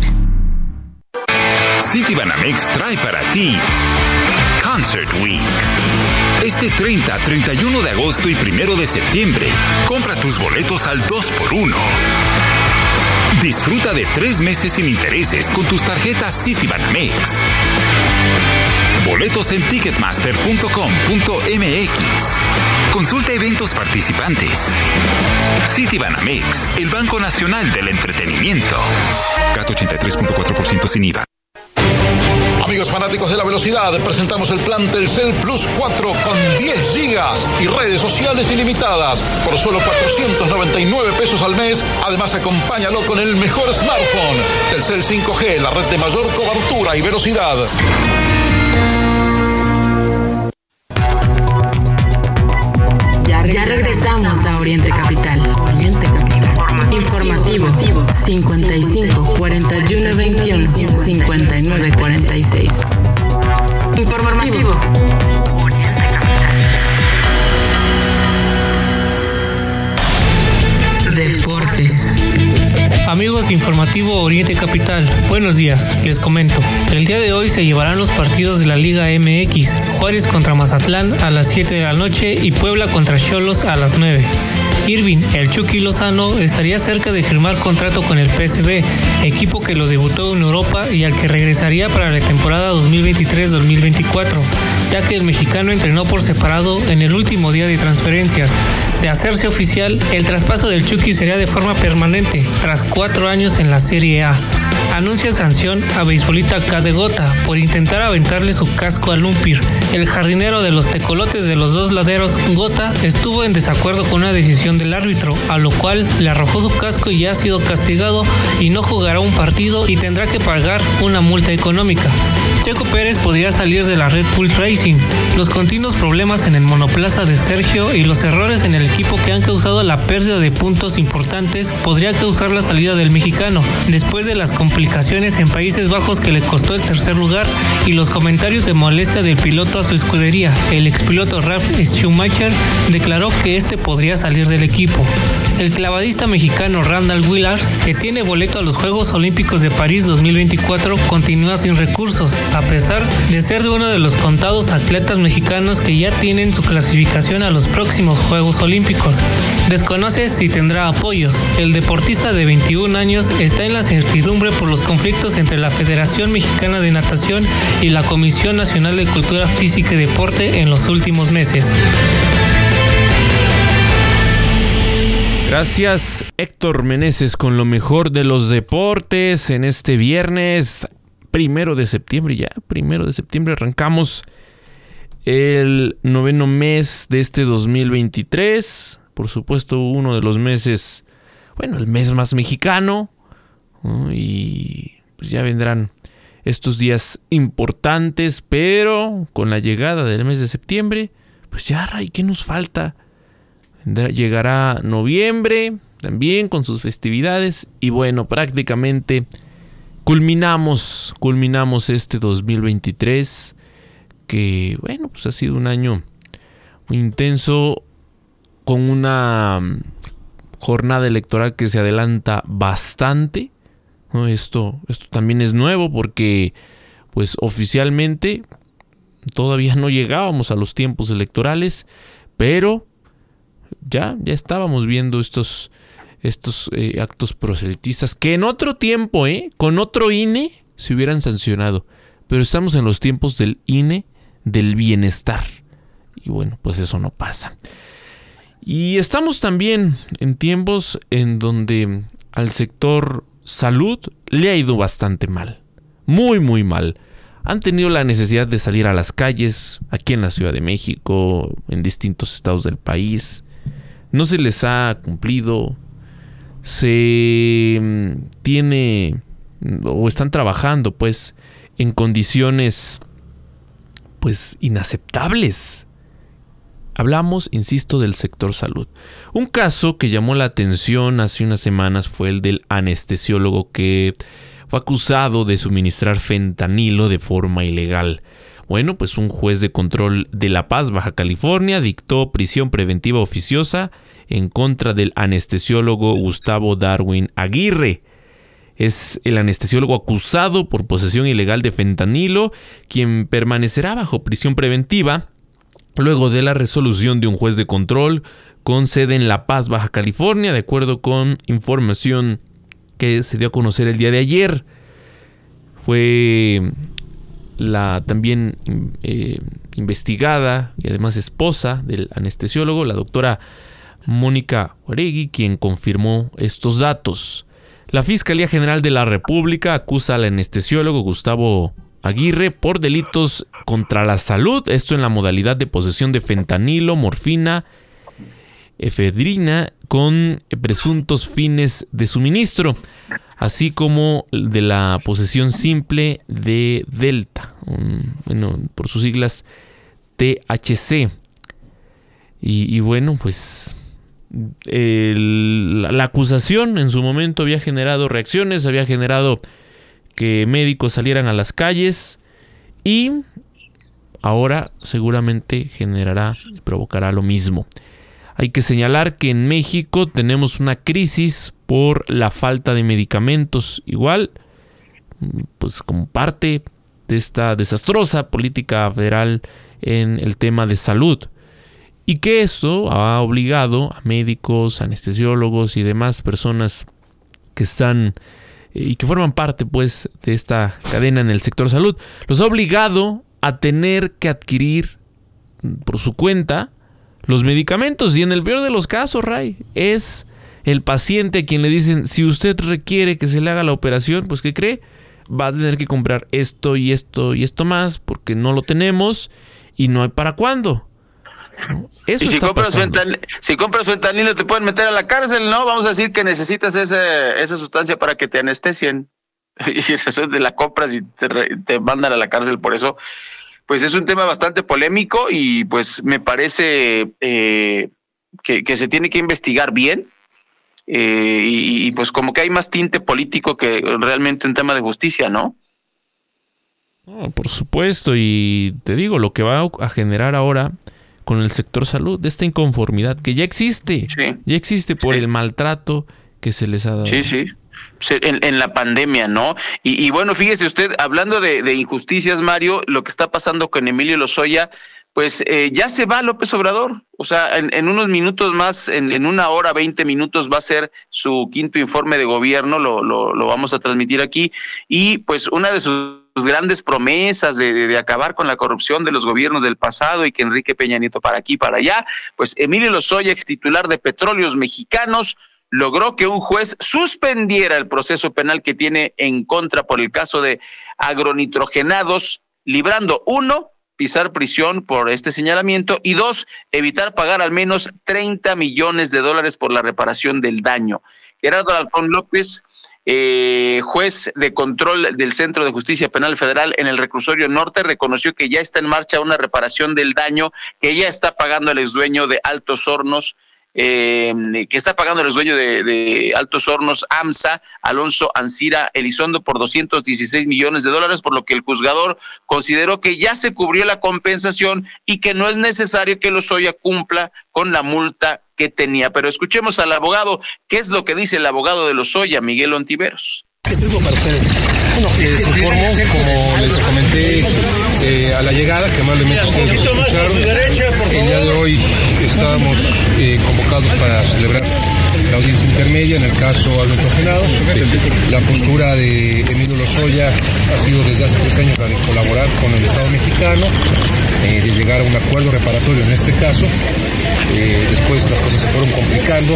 Citibanamex trae para ti Concert Week. Este treinta, treinta y uno de agosto y primero de septiembre, compra tus boletos al dos por uno. Disfruta de tres meses sin intereses con tus tarjetas Citibanamex. Boletos en ticketmaster punto com punto m x. Consulta eventos participantes. Citibanamex, el Banco Nacional del Entretenimiento. C A T ochenta y tres punto cuatro por ciento sin I V A. Amigos fanáticos de la velocidad, presentamos el plan Telcel Plus cuatro con diez gigas y redes sociales ilimitadas por solo cuatrocientos noventa y nueve pesos al mes. Además, acompáñalo con el mejor smartphone. Telcel cinco G, la red de mayor cobertura y velocidad. Ya regresamos a Oriente Capital. Oriente Capital. Informativo cincuenta y cinco, cuarenta y uno, veintiuno, cincuenta y nueve, cuarenta y seis. Informativo. Deportes. Amigos, Informativo Oriente Capital, buenos días, les comento. El día de hoy se llevarán los partidos de la Liga M X, Juárez contra Mazatlán a las siete de la noche y Puebla contra Xolos a las nueve. Irving, el Chucky Lozano, estaría cerca de firmar contrato con el P S V, equipo que lo debutó en Europa y al que regresaría para la temporada dos mil veintitrés dos mil veinticuatro, ya que el mexicano entrenó por separado en el último día de transferencias. De hacerse oficial, el traspaso del Chucky sería de forma permanente, tras cuatro años en la Serie A. Anuncia sanción a beisbolista Cadegota por intentar aventarle su casco al umpire. El jardinero de los tecolotes de los dos laderos, Gota, estuvo en desacuerdo con una decisión del árbitro, a lo cual le arrojó su casco y ya ha sido castigado y no jugará un partido y tendrá que pagar una multa económica. Checo Pérez podría salir de la Red Bull Racing. Los continuos problemas en el monoplaza de Sergio y los errores en el equipo que han causado la pérdida de puntos importantes podría causar la salida del mexicano, después de las complicaciones en Países Bajos que le costó el tercer lugar y los comentarios de molestia del piloto a su escudería. El expiloto Ralf Schumacher declaró que este podría salir del equipo. El clavadista mexicano Randall Willars, que tiene boleto a los Juegos Olímpicos de París dos mil veinticuatro, continúa sin recursos, a pesar de ser de uno de los contados atletas mexicanos que ya tienen su clasificación a los próximos Juegos Olímpicos. Desconoce si tendrá apoyos. El deportista de veintiún años está en la incertidumbre por los conflictos entre la Federación Mexicana de Natación y la Comisión Nacional de Cultura Física y Deporte en los últimos meses. Gracias, Héctor Meneses, con lo mejor de los deportes en este viernes primero de septiembre. Ya, primero de septiembre arrancamos el noveno mes de este dos mil veintitrés. Por supuesto, uno de los meses, bueno, el mes más mexicano, ¿no? Y pues ya vendrán estos días importantes, pero con la llegada del mes de septiembre, pues ya, Ray, ¿qué nos falta? Llegará noviembre también con sus festividades y bueno, prácticamente culminamos, culminamos este dos mil veintitrés, que bueno, pues ha sido un año muy intenso, con una jornada electoral que se adelanta bastante, ¿no? Esto, esto también es nuevo porque pues oficialmente todavía no llegábamos a los tiempos electorales, pero Ya, ya estábamos viendo estos, estos eh, actos proselitistas que en otro tiempo, eh, con otro I N E, se hubieran sancionado. Pero estamos en los tiempos del I N E del bienestar. Y bueno, pues eso no pasa. Y estamos también en tiempos en donde al sector salud le ha ido bastante mal. Muy, muy mal. Han tenido la necesidad de salir a las calles, aquí en la Ciudad de México, en distintos estados del país. No se les ha cumplido, se tiene o están trabajando pues en condiciones pues inaceptables. Hablamos, insisto, del sector salud. Un caso que llamó la atención hace unas semanas fue el del anestesiólogo que fue acusado de suministrar fentanilo de forma ilegal. Bueno, pues un juez de control de La Paz, Baja California, dictó prisión preventiva oficiosa en contra del anestesiólogo Gustavo Darwin Aguirre. Es el anestesiólogo acusado por posesión ilegal de fentanilo, quien permanecerá bajo prisión preventiva luego de la resolución de un juez de control con sede en La Paz, Baja California, de acuerdo con información que se dio a conocer el día de ayer. Fue la también eh, investigada y además esposa del anestesiólogo, la doctora Mónica Oregui, quien confirmó estos datos. La Fiscalía General de la República acusa al anestesiólogo Gustavo Aguirre por delitos contra la salud, esto en la modalidad de posesión de fentanilo, morfina, efedrina con presuntos fines de suministro, así como de la posesión simple de Delta, un, bueno, por sus siglas T H C. Y, y bueno, pues el, la, la acusación en su momento había generado reacciones, había generado que médicos salieran a las calles y ahora seguramente generará, provocará lo mismo. Hay que señalar que en México tenemos una crisis por la falta de medicamentos, igual, pues como parte de esta desastrosa política federal en el tema de salud. Y que esto ha obligado a médicos, anestesiólogos y demás personas que están y que forman parte pues de esta cadena en el sector salud, los ha obligado a tener que adquirir por su cuenta los medicamentos. Y en el peor de los casos, Ray, es el paciente a quien le dicen: si usted requiere que se le haga la operación, pues ¿qué cree? Va a tener que comprar esto y esto y esto más porque no lo tenemos y no hay para cuándo. Eso y si compras, fentanilo, si compras fentanilo te pueden meter a la cárcel, ¿no? Vamos a decir que necesitas ese, esa sustancia para que te anestesien. y eso te la compras y te, te mandan a la cárcel por eso. Pues es un tema bastante polémico y pues me parece eh, que, que se tiene que investigar bien eh, y, y pues como que hay más tinte político que realmente un tema de justicia, ¿no? Oh, por supuesto, y te digo, lo que va a generar ahora con el sector salud, de esta inconformidad que ya existe, sí. ya existe por sí. el maltrato que se les ha dado. Sí, sí. En, en la pandemia, ¿no? Y, y bueno, fíjese usted, hablando de, de injusticias, Mario, lo que está pasando con Emilio Lozoya, pues eh, ya se va López Obrador. O sea, en, en unos minutos más, en, en una hora, veinte minutos, va a ser su quinto informe de gobierno, lo, lo, lo vamos a transmitir aquí. Y pues una de sus grandes promesas de, de, de acabar con la corrupción de los gobiernos del pasado y que Enrique Peña Nieto para aquí, para allá, pues Emilio Lozoya, ex titular de Petróleos Mexicanos, logró que un juez suspendiera el proceso penal que tiene en contra por el caso de agronitrogenados, librando, uno, pisar prisión por este señalamiento y dos, evitar pagar al menos treinta millones de dólares por la reparación del daño. Gerardo Alarcón López, eh, juez de control del Centro de Justicia Penal Federal en el Reclusorio Norte, reconoció que ya está en marcha una reparación del daño que ya está pagando el exdueño de Altos Hornos, Eh, que está pagando el dueño de, de Altos Hornos, AMSA, Alonso Ancira Elizondo, por doscientos dieciséis millones de dólares, por lo que el juzgador consideró que ya se cubrió la compensación y que no es necesario que Lozoya cumpla con la multa que tenía. Pero escuchemos al abogado, ¿qué es lo que dice el abogado de Lozoya, Miguel Ontiveros? ¿Qué tengo para ustedes? Bueno, les informo, como les comenté eh, a la llegada, que amablemente ustedes nos escucharon, el día de hoy estábamos eh, convocados para celebrar la audiencia intermedia en el caso agronitrogenados. La postura de Emilio Lozoya ha sido desde hace tres años la de colaborar con el Estado mexicano, eh, de llegar a un acuerdo reparatorio en este caso. Eh, después las cosas se fueron complicando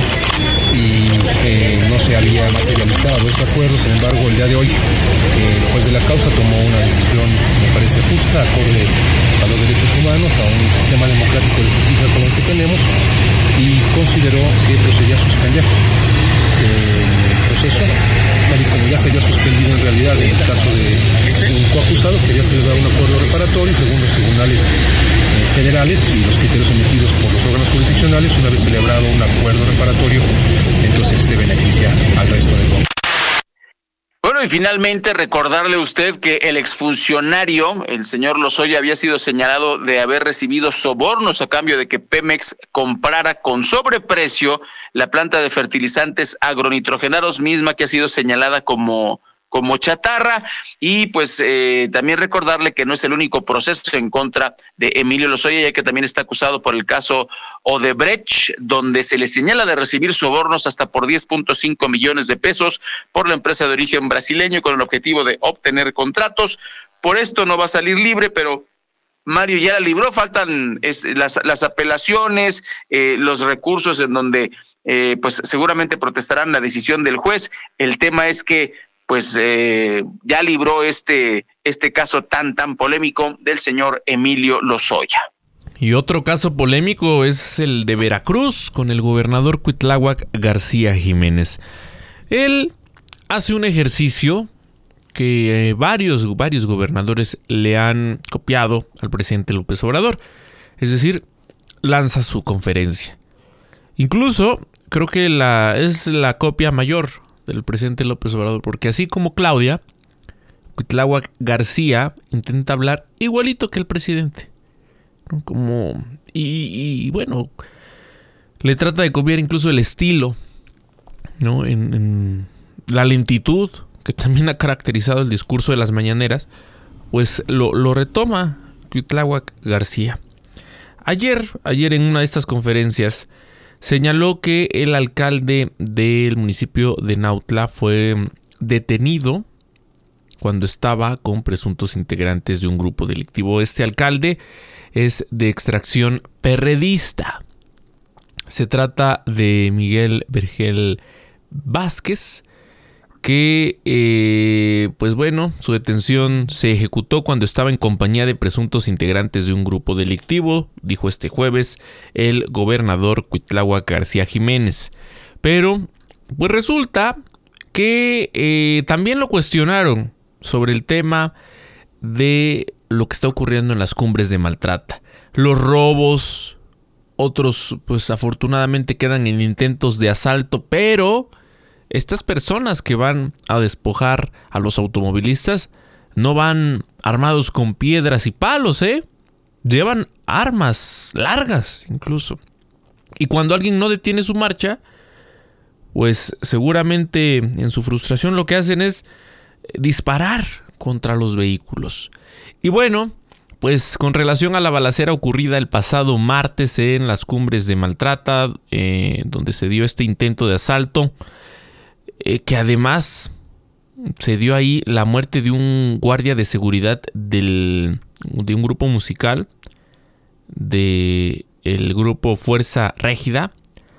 y eh, no se había materializado este acuerdo. Sin embargo, el día de hoy eh, el juez de la causa tomó una decisión, me parece justa, acorde a los derechos humanos, a un sistema democrático de justicia como el que tenemos, y consideró que procedía a suspender eh, el proceso, tal y como ya se había suspendido en realidad en el caso de un coacusado, quería celebrar un acuerdo reparatorio según los tribunales federales y los criterios emitidos por los órganos jurisdiccionales. Una vez celebrado un acuerdo reparatorio, entonces este beneficia al resto del mundo. Bueno, y finalmente recordarle a usted que el exfuncionario, el señor Lozoya, había sido señalado de haber recibido sobornos a cambio de que Pemex comprara con sobreprecio la planta de fertilizantes agronitrogenados, misma que ha sido señalada como como chatarra. Y pues eh, también recordarle que no es el único proceso en contra de Emilio Lozoya, ya que también está acusado por el caso Odebrecht, donde se le señala de recibir sobornos hasta por diez punto cinco millones de pesos por la empresa de origen brasileño con el objetivo de obtener contratos. Por esto no va a salir libre, pero Mario ya la libró. Faltan es, las, las apelaciones, eh, los recursos en donde eh, pues seguramente protestarán la decisión del juez. El tema es que pues eh, ya libró este, este caso tan, tan polémico del señor Emilio Lozoya. Y otro caso polémico es el de Veracruz con el gobernador Cuitláhuac García Jiménez. Él hace un ejercicio que eh, varios, varios gobernadores le han copiado al presidente López Obrador. Es decir, lanza su conferencia. Incluso creo que la, es la copia mayor del presidente López Obrador, porque así como Claudia, Cuitláhuac García intenta hablar igualito que el presidente, ¿no? Como y, y bueno, le trata de copiar incluso el estilo, ¿no? En, en la lentitud que también ha caracterizado el discurso de las mañaneras, pues lo, lo retoma Cuitláhuac García. Ayer, ayer en una de estas conferencias señaló que el alcalde del municipio de Nautla fue detenido cuando estaba con presuntos integrantes de un grupo delictivo. Este alcalde es de extracción perredista. Se trata de Miguel Vergel Vázquez, que, eh, pues bueno, su detención se ejecutó cuando estaba en compañía de presuntos integrantes de un grupo delictivo, dijo este jueves el gobernador Cuitláhuac García Jiménez. Pero, pues resulta que eh, también lo cuestionaron sobre el tema de lo que está ocurriendo en las cumbres de Maltrata. Los robos, otros pues afortunadamente quedan en intentos de asalto, pero estas personas que van a despojar a los automovilistas no van armados con piedras y palos, ¿eh? Llevan armas largas incluso. Y cuando alguien no detiene su marcha, pues seguramente en su frustración lo que hacen es disparar contra los vehículos. Y bueno, pues con relación a la balacera ocurrida el pasado martes en las cumbres de Maltrata, eh, donde se dio este intento de asalto, eh, que además se dio ahí la muerte de un guardia de seguridad del, de un grupo musical, de el grupo Fuerza Régida.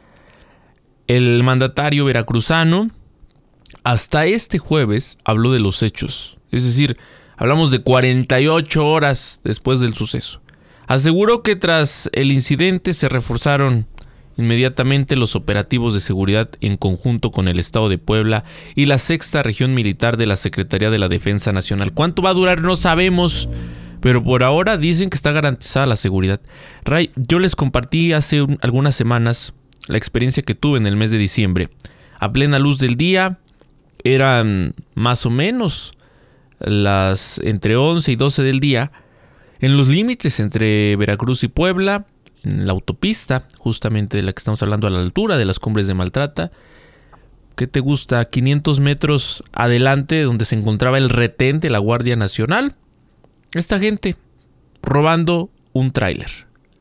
El mandatario veracruzano hasta este jueves habló de los hechos, es decir, hablamos de cuarenta y ocho horas después del suceso. Aseguró que tras el incidente se reforzaron inmediatamente los operativos de seguridad en conjunto con el Estado de Puebla y la sexta Región Militar de la Secretaría de la Defensa Nacional. ¿Cuánto va a durar? No sabemos, pero por ahora dicen que está garantizada la seguridad. Ray, yo les compartí hace un, algunas semanas la experiencia que tuve en el mes de diciembre. A plena luz del día, eran más o menos las entre once y doce del día, en los límites entre Veracruz y Puebla, en la autopista, justamente de la que estamos hablando, a la altura de las cumbres de Maltrata. ¿Qué te gusta? quinientos metros adelante, donde se encontraba el retén de la Guardia Nacional. Esta gente robando un tráiler.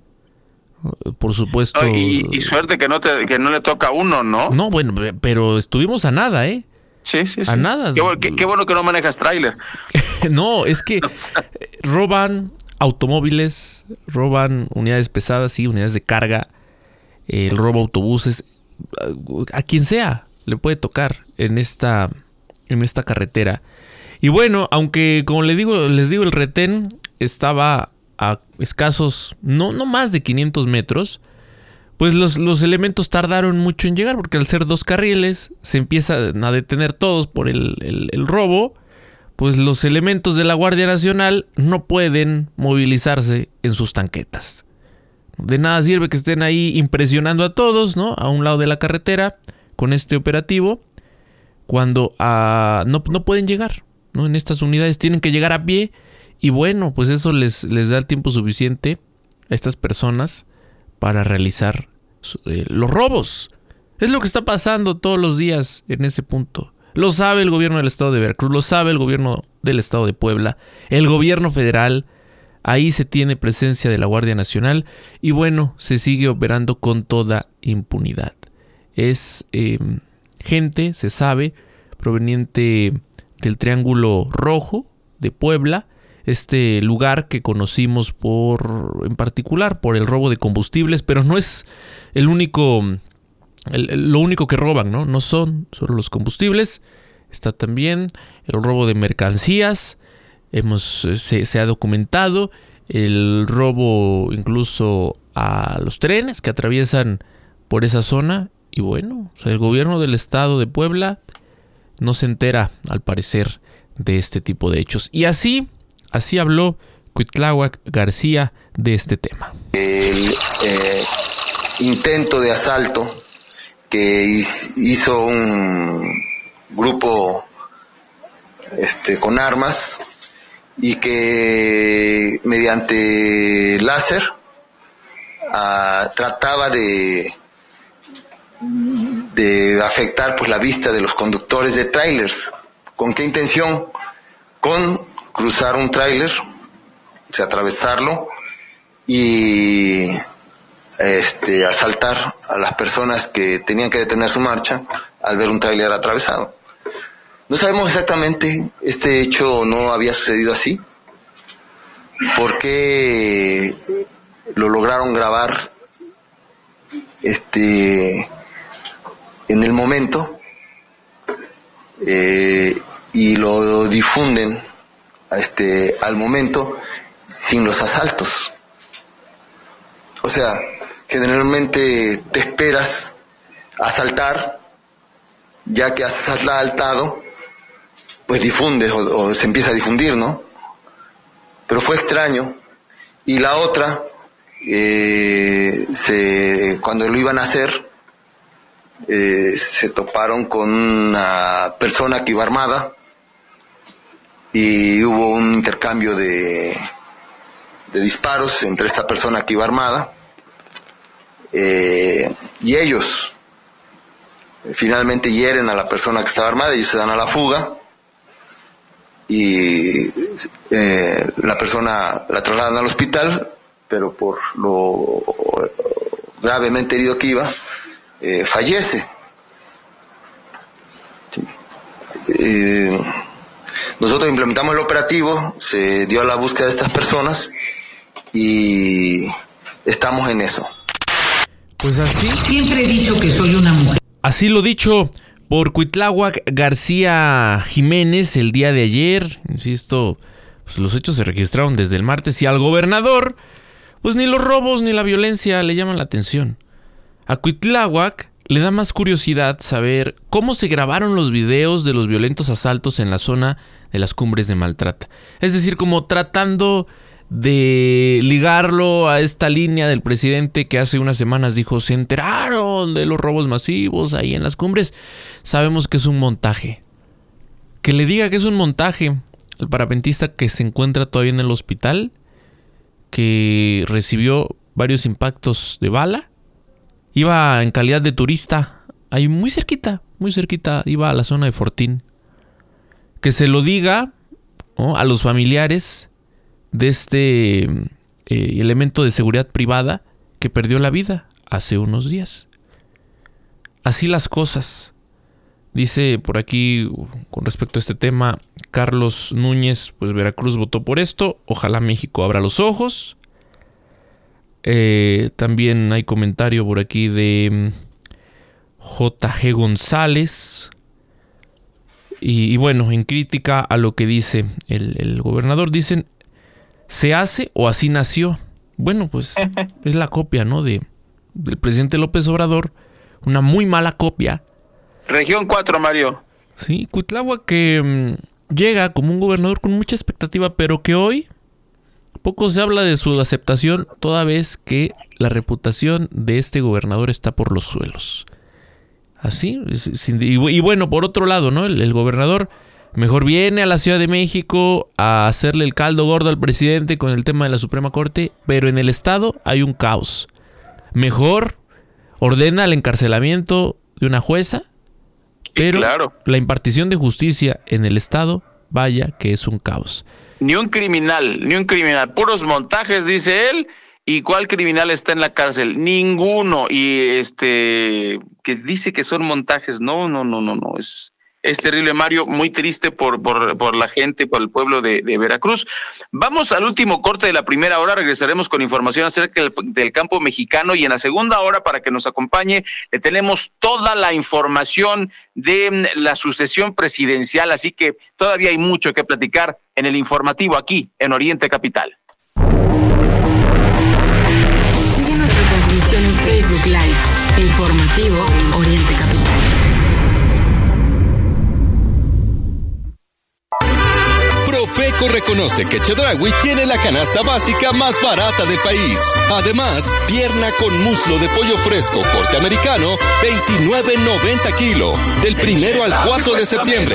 Por supuesto. No, y, y suerte que no, te, que no le toca a uno, ¿no? No, bueno, pero estuvimos a nada, ¿eh? Sí, sí, sí. A nada. Qué, qué, qué bueno que no manejas tráiler. No, es que roban automóviles, roban unidades pesadas, sí, unidades de carga, el robo autobuses, a quien sea le puede tocar en esta, en esta carretera. Y bueno, aunque como les digo, les digo, el retén estaba a escasos, no, no más de quinientos metros, pues los, los elementos tardaron mucho en llegar, porque al ser dos carriles se empiezan a detener todos por el, el, el robo. Pues los elementos de la Guardia Nacional no pueden movilizarse en sus tanquetas. De nada sirve que estén ahí impresionando a todos, ¿no? A un lado de la carretera con este operativo, cuando uh, no, no pueden llegar, ¿no? En estas unidades tienen que llegar a pie. Y bueno, pues eso les, les da el tiempo suficiente a estas personas para realizar eh, los robos. Es lo que está pasando todos los días en ese punto. Lo sabe el gobierno del estado de Veracruz, lo sabe el gobierno del estado de Puebla, el gobierno federal. Ahí se tiene presencia de la Guardia Nacional y bueno, se sigue operando con toda impunidad. Es eh, gente, se sabe, proveniente del Triángulo Rojo de Puebla, este lugar que conocimos por, en particular, por el robo de combustibles, pero no es el único... El, el, lo único que roban, ¿no? No son solo los combustibles. Está también el robo de mercancías. Hemos, se, se ha documentado el robo incluso a los trenes que atraviesan por esa zona. Y bueno, o sea, el gobierno del estado de Puebla no se entera, al parecer, de este tipo de hechos. Y así, así habló Cuitláhuac García de este tema. El eh, intento de asalto que hizo un grupo este, con armas y que mediante láser uh, trataba de, de afectar pues, la vista de los conductores de trailers. ¿Con qué intención? Con cruzar un tráiler, o sea, atravesarlo y Este, asaltar a las personas que tenían que detener su marcha al ver un tráiler atravesado. No sabemos exactamente, este hecho no había sucedido así. ¿Por qué lo lograron grabar este, en el momento eh, y lo difunden este, al momento sin los asaltos? O sea, generalmente te esperas asaltar, ya que has asaltado, pues difundes o, o se empieza a difundir, ¿no? Pero fue extraño. Y la otra, eh, se, cuando lo iban a hacer, eh, se toparon con una persona que iba armada y hubo un intercambio de, de disparos entre esta persona que iba armada eh, y ellos. Finalmente hieren a la persona que estaba armada, ellos se dan a la fuga y eh, la persona la trasladan al hospital, pero por lo gravemente herido que iba, eh, fallece. Sí. Eh, nosotros implementamos el operativo, se dio a la búsqueda de estas personas y estamos en eso. Pues así. Siempre he dicho que soy una mujer. Así lo dicho por Cuitláhuac García Jiménez el día de ayer. Insisto, pues los hechos se registraron desde el martes y al gobernador, pues ni los robos ni la violencia le llaman la atención. A Cuitláhuac le da más curiosidad saber cómo se grabaron los videos de los violentos asaltos en la zona de las Cumbres de Maltrata. Es decir, como tratando de ligarlo a esta línea del presidente que hace unas semanas dijo, se enteraron de los robos masivos ahí en las cumbres. Sabemos que es un montaje. Que le diga que es un montaje el parapentista que se encuentra todavía en el hospital, que recibió varios impactos de bala, iba en calidad de turista, ahí muy cerquita, muy cerquita, iba a la zona de Fortín. Que se lo diga, ¿no?, a los familiares de este eh, elemento de seguridad privada que perdió la vida hace unos días. Así las cosas. Dice por aquí, con respecto a este tema, Carlos Núñez, pues Veracruz votó por esto, ojalá México abra los ojos. Eh, también hay comentario por aquí de J G González. Y, y bueno, en crítica a lo que dice el, el gobernador, dicen, ¿se hace o así nació? Bueno, pues es la copia, ¿no?, de, del presidente López Obrador. Una muy mala copia. Región cuatro, Mario. Sí, Cuitláhuac que mmm, llega como un gobernador con mucha expectativa, pero que hoy poco se habla de su aceptación, toda vez que la reputación de este gobernador está por los suelos. Así, y, y bueno, por otro lado, ¿no?, el, el gobernador mejor viene a la Ciudad de México a hacerle el caldo gordo al presidente con el tema de la Suprema Corte, pero en el estado hay un caos. Mejor ordena el encarcelamiento de una jueza, pero claro, la impartición de justicia en el estado, vaya que es un caos. Ni un criminal, ni un criminal, puros montajes, dice él. ¿Y cuál criminal está en la cárcel? Ninguno. Y este que dice que son montajes, no, no, no, no, no, es Es terrible, Mario, muy triste por, por, por la gente, por el pueblo de, de Veracruz. Vamos al último corte de la primera hora, regresaremos con información acerca del, del campo mexicano y en la segunda hora, para que nos acompañe, le tenemos toda la información de la sucesión presidencial, así que todavía hay mucho que platicar en el informativo aquí en Oriente Capital. Sigue nuestra transmisión en Facebook Live, informativo Oriente Capital. Profeco reconoce que Chedraui tiene la canasta básica más barata del país. Además, pierna con muslo de pollo fresco corte americano, veintinueve noventa kilo, del primero al cuatro de septiembre.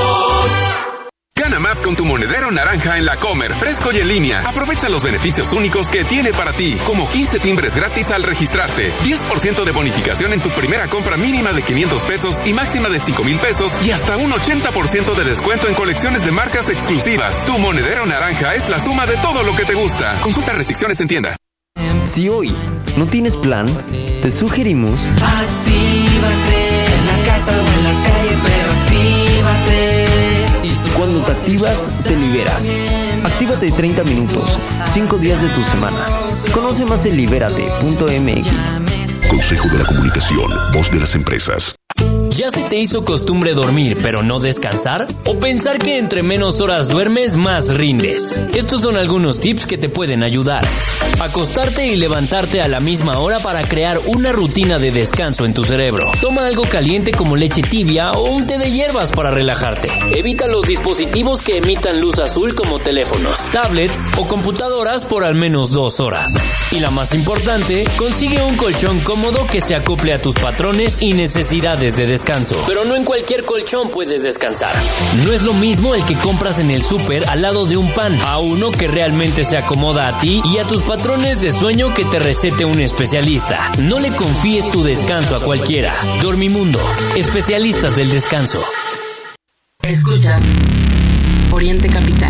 Gana más con tu monedero naranja en la Comer, fresco y en línea. Aprovecha los beneficios únicos que tiene para ti, como quince timbres gratis al registrarte, diez por ciento de bonificación en tu primera compra mínima de quinientos pesos y máxima de cinco mil pesos y hasta un ochenta por ciento de descuento en colecciones de marcas exclusivas. Tu monedero naranja es la suma de todo lo que te gusta. Consulta restricciones en tienda. Si hoy no tienes plan, te sugerimos... Actívate en la casa o en la calle, pero actívate. Cuando te activas, te liberas. Actívate treinta minutos, cinco días de tu semana. Conoce más en libérate punto m x. Consejo de la Comunicación, voz de las empresas. ¿Ya se te hizo costumbre dormir pero no descansar? ¿O pensar que entre menos horas duermes más rindes? Estos son algunos tips que te pueden ayudar. Acostarte y levantarte a la misma hora para crear una rutina de descanso en tu cerebro. Toma algo caliente como leche tibia o un té de hierbas para relajarte. Evita los dispositivos que emitan luz azul como teléfonos, tablets o computadoras por al menos dos horas. Y la más importante, consigue un colchón cómodo que se acople a tus patrones y necesidades de descanso. Pero no en cualquier colchón puedes descansar. No es lo mismo el que compras en el súper al lado de un pan, a uno que realmente se acomoda a ti y a tus patrones de sueño que te recete un especialista. No le confíes tu descanso a cualquiera. Dormimundo, especialistas del descanso. Escuchas Oriente Capital.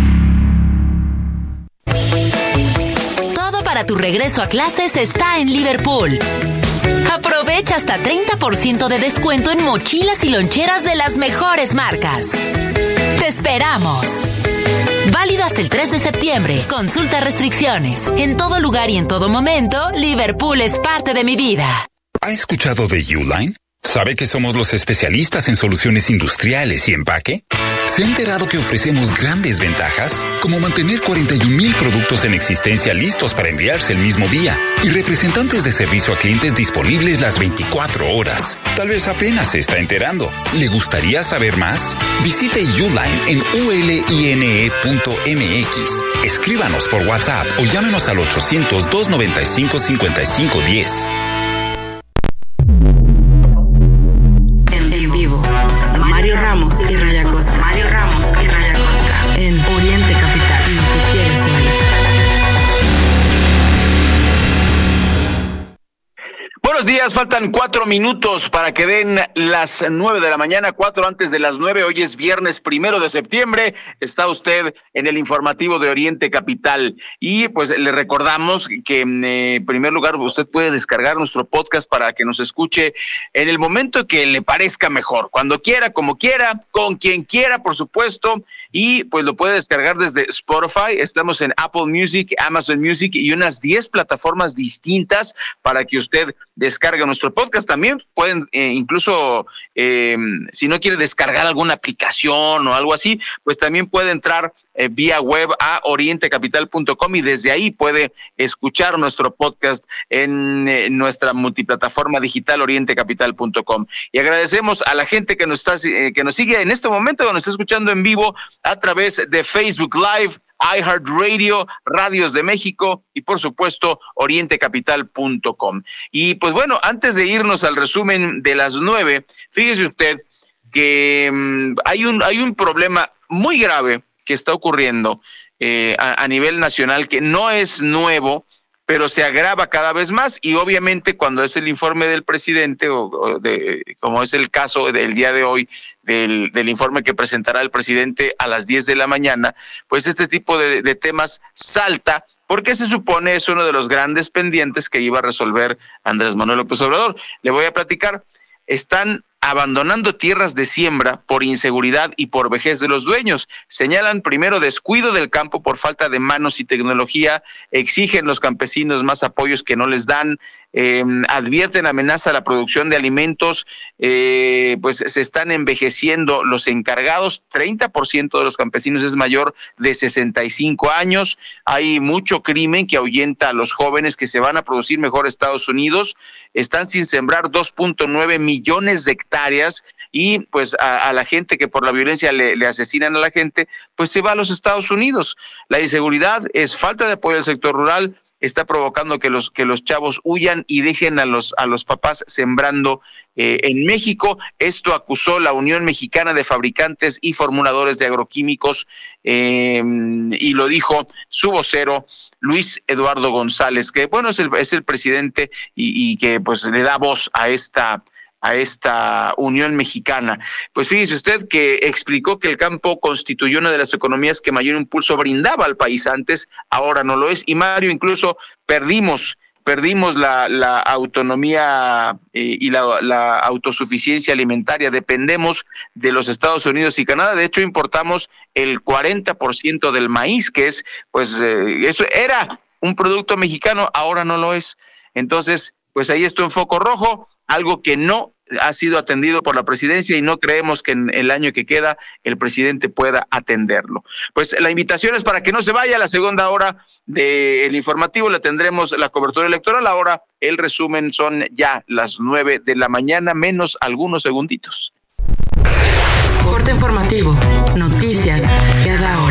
Todo para tu regreso a clases está en Liverpool. Aprovecha hasta treinta por ciento de descuento en mochilas y loncheras de las mejores marcas. ¡Te esperamos! Válido hasta el tres de septiembre. Consulta restricciones. En todo lugar y en todo momento, Liverpool es parte de mi vida. ¿Ha escuchado de Uline? ¿Sabe que somos los especialistas en soluciones industriales y empaque? ¿Se ha enterado que ofrecemos grandes ventajas? Como mantener cuarenta y un mil productos en existencia listos para enviarse el mismo día y representantes de servicio a clientes disponibles las veinticuatro horas. Tal vez apenas se está enterando. ¿Le gustaría saber más? Visite Uline en u l i n e punto m x. Escríbanos por WhatsApp o llámenos al ochocientos, doscientos noventa y cinco, cincuenta y cinco diez. En vivo, Mario Ramos y Raya Costa. Mario Ramos y Raya Costa. En Oriente Capital. Lo que quieres oír. Buenos días, faltan cuatro minutos para que den las nueve de la mañana, cuatro antes de las nueve. Hoy es viernes primero de septiembre. Está usted en el informativo de Oriente Capital. Y pues le recordamos que en eh, primer lugar usted puede descargar nuestro podcast para que nos escuche en el momento que le parezca mejor, cuando quiera, como quiera, con quien quiera, por supuesto. Y pues lo puede descargar desde Spotify. Estamos en Apple Music, Amazon Music y unas diez plataformas distintas para que usted descargue nuestro podcast. También pueden eh, incluso, eh, si no quiere descargar alguna aplicación o algo así, pues también puede entrar eh, vía web a oriente capital punto com y desde ahí puede escuchar nuestro podcast en eh, nuestra multiplataforma digital oriente capital punto com. Y agradecemos a la gente que nos está eh, que nos sigue en este momento, que nos está escuchando en vivo a través de Facebook Live, iHeartRadio, Radios de México y por supuesto oriente capital punto com. Y pues bueno, antes de irnos al resumen de las nueve, fíjese usted que um, hay un hay un problema muy grave que está ocurriendo eh, a, a nivel nacional, que no es nuevo, pero se agrava cada vez más. Y obviamente cuando es el informe del presidente, o, o de, como es el caso del día de hoy, del, del informe que presentará el presidente a las diez de la mañana, pues este tipo de, de temas salta, porque se supone es uno de los grandes pendientes que iba a resolver Andrés Manuel López Obrador. Le voy a platicar. Están abandonando tierras de siembra por inseguridad y por vejez de los dueños. Señalan primero descuido del campo por falta de manos y tecnología, exigen los campesinos más apoyos que no les dan, eh, advierten amenaza a la producción de alimentos, eh, pues se están envejeciendo los encargados, treinta por ciento de los campesinos es mayor de sesenta y cinco años, hay mucho crimen que ahuyenta a los jóvenes que se van a producir mejor Estados Unidos, están sin sembrar dos punto nueve millones de hectáreas y pues a, a la gente que por la violencia le, le asesinan a la gente, pues se va a los Estados Unidos. La inseguridad es falta de apoyo al sector rural, está provocando que los que los chavos huyan y dejen a los a los papás sembrando eh, en México. Esto acusó la Unión Mexicana de Fabricantes y Formuladores de Agroquímicos eh, y lo dijo su vocero Luis Eduardo González, que bueno es el es el presidente y, y que pues le da voz a esta a esta Unión Mexicana. Pues fíjese usted que explicó que el campo constituyó una de las economías que mayor impulso brindaba al país antes, ahora no lo es. Y Mario, incluso perdimos, perdimos la, la autonomía eh, y la, la autosuficiencia alimentaria. Dependemos de los Estados Unidos y Canadá. De hecho, importamos el cuarenta por ciento del maíz, que es, pues, eh, eso era un producto mexicano, ahora no lo es. Entonces, pues ahí está en foco rojo. Algo que no ha sido atendido por la presidencia y no creemos que en el año que queda el presidente pueda atenderlo. Pues la invitación es para que no se vaya. A la segunda hora del informativo le tendremos la cobertura electoral. Ahora el resumen, son ya las nueve de la mañana menos algunos segunditos. Corte informativo, noticias cada hora.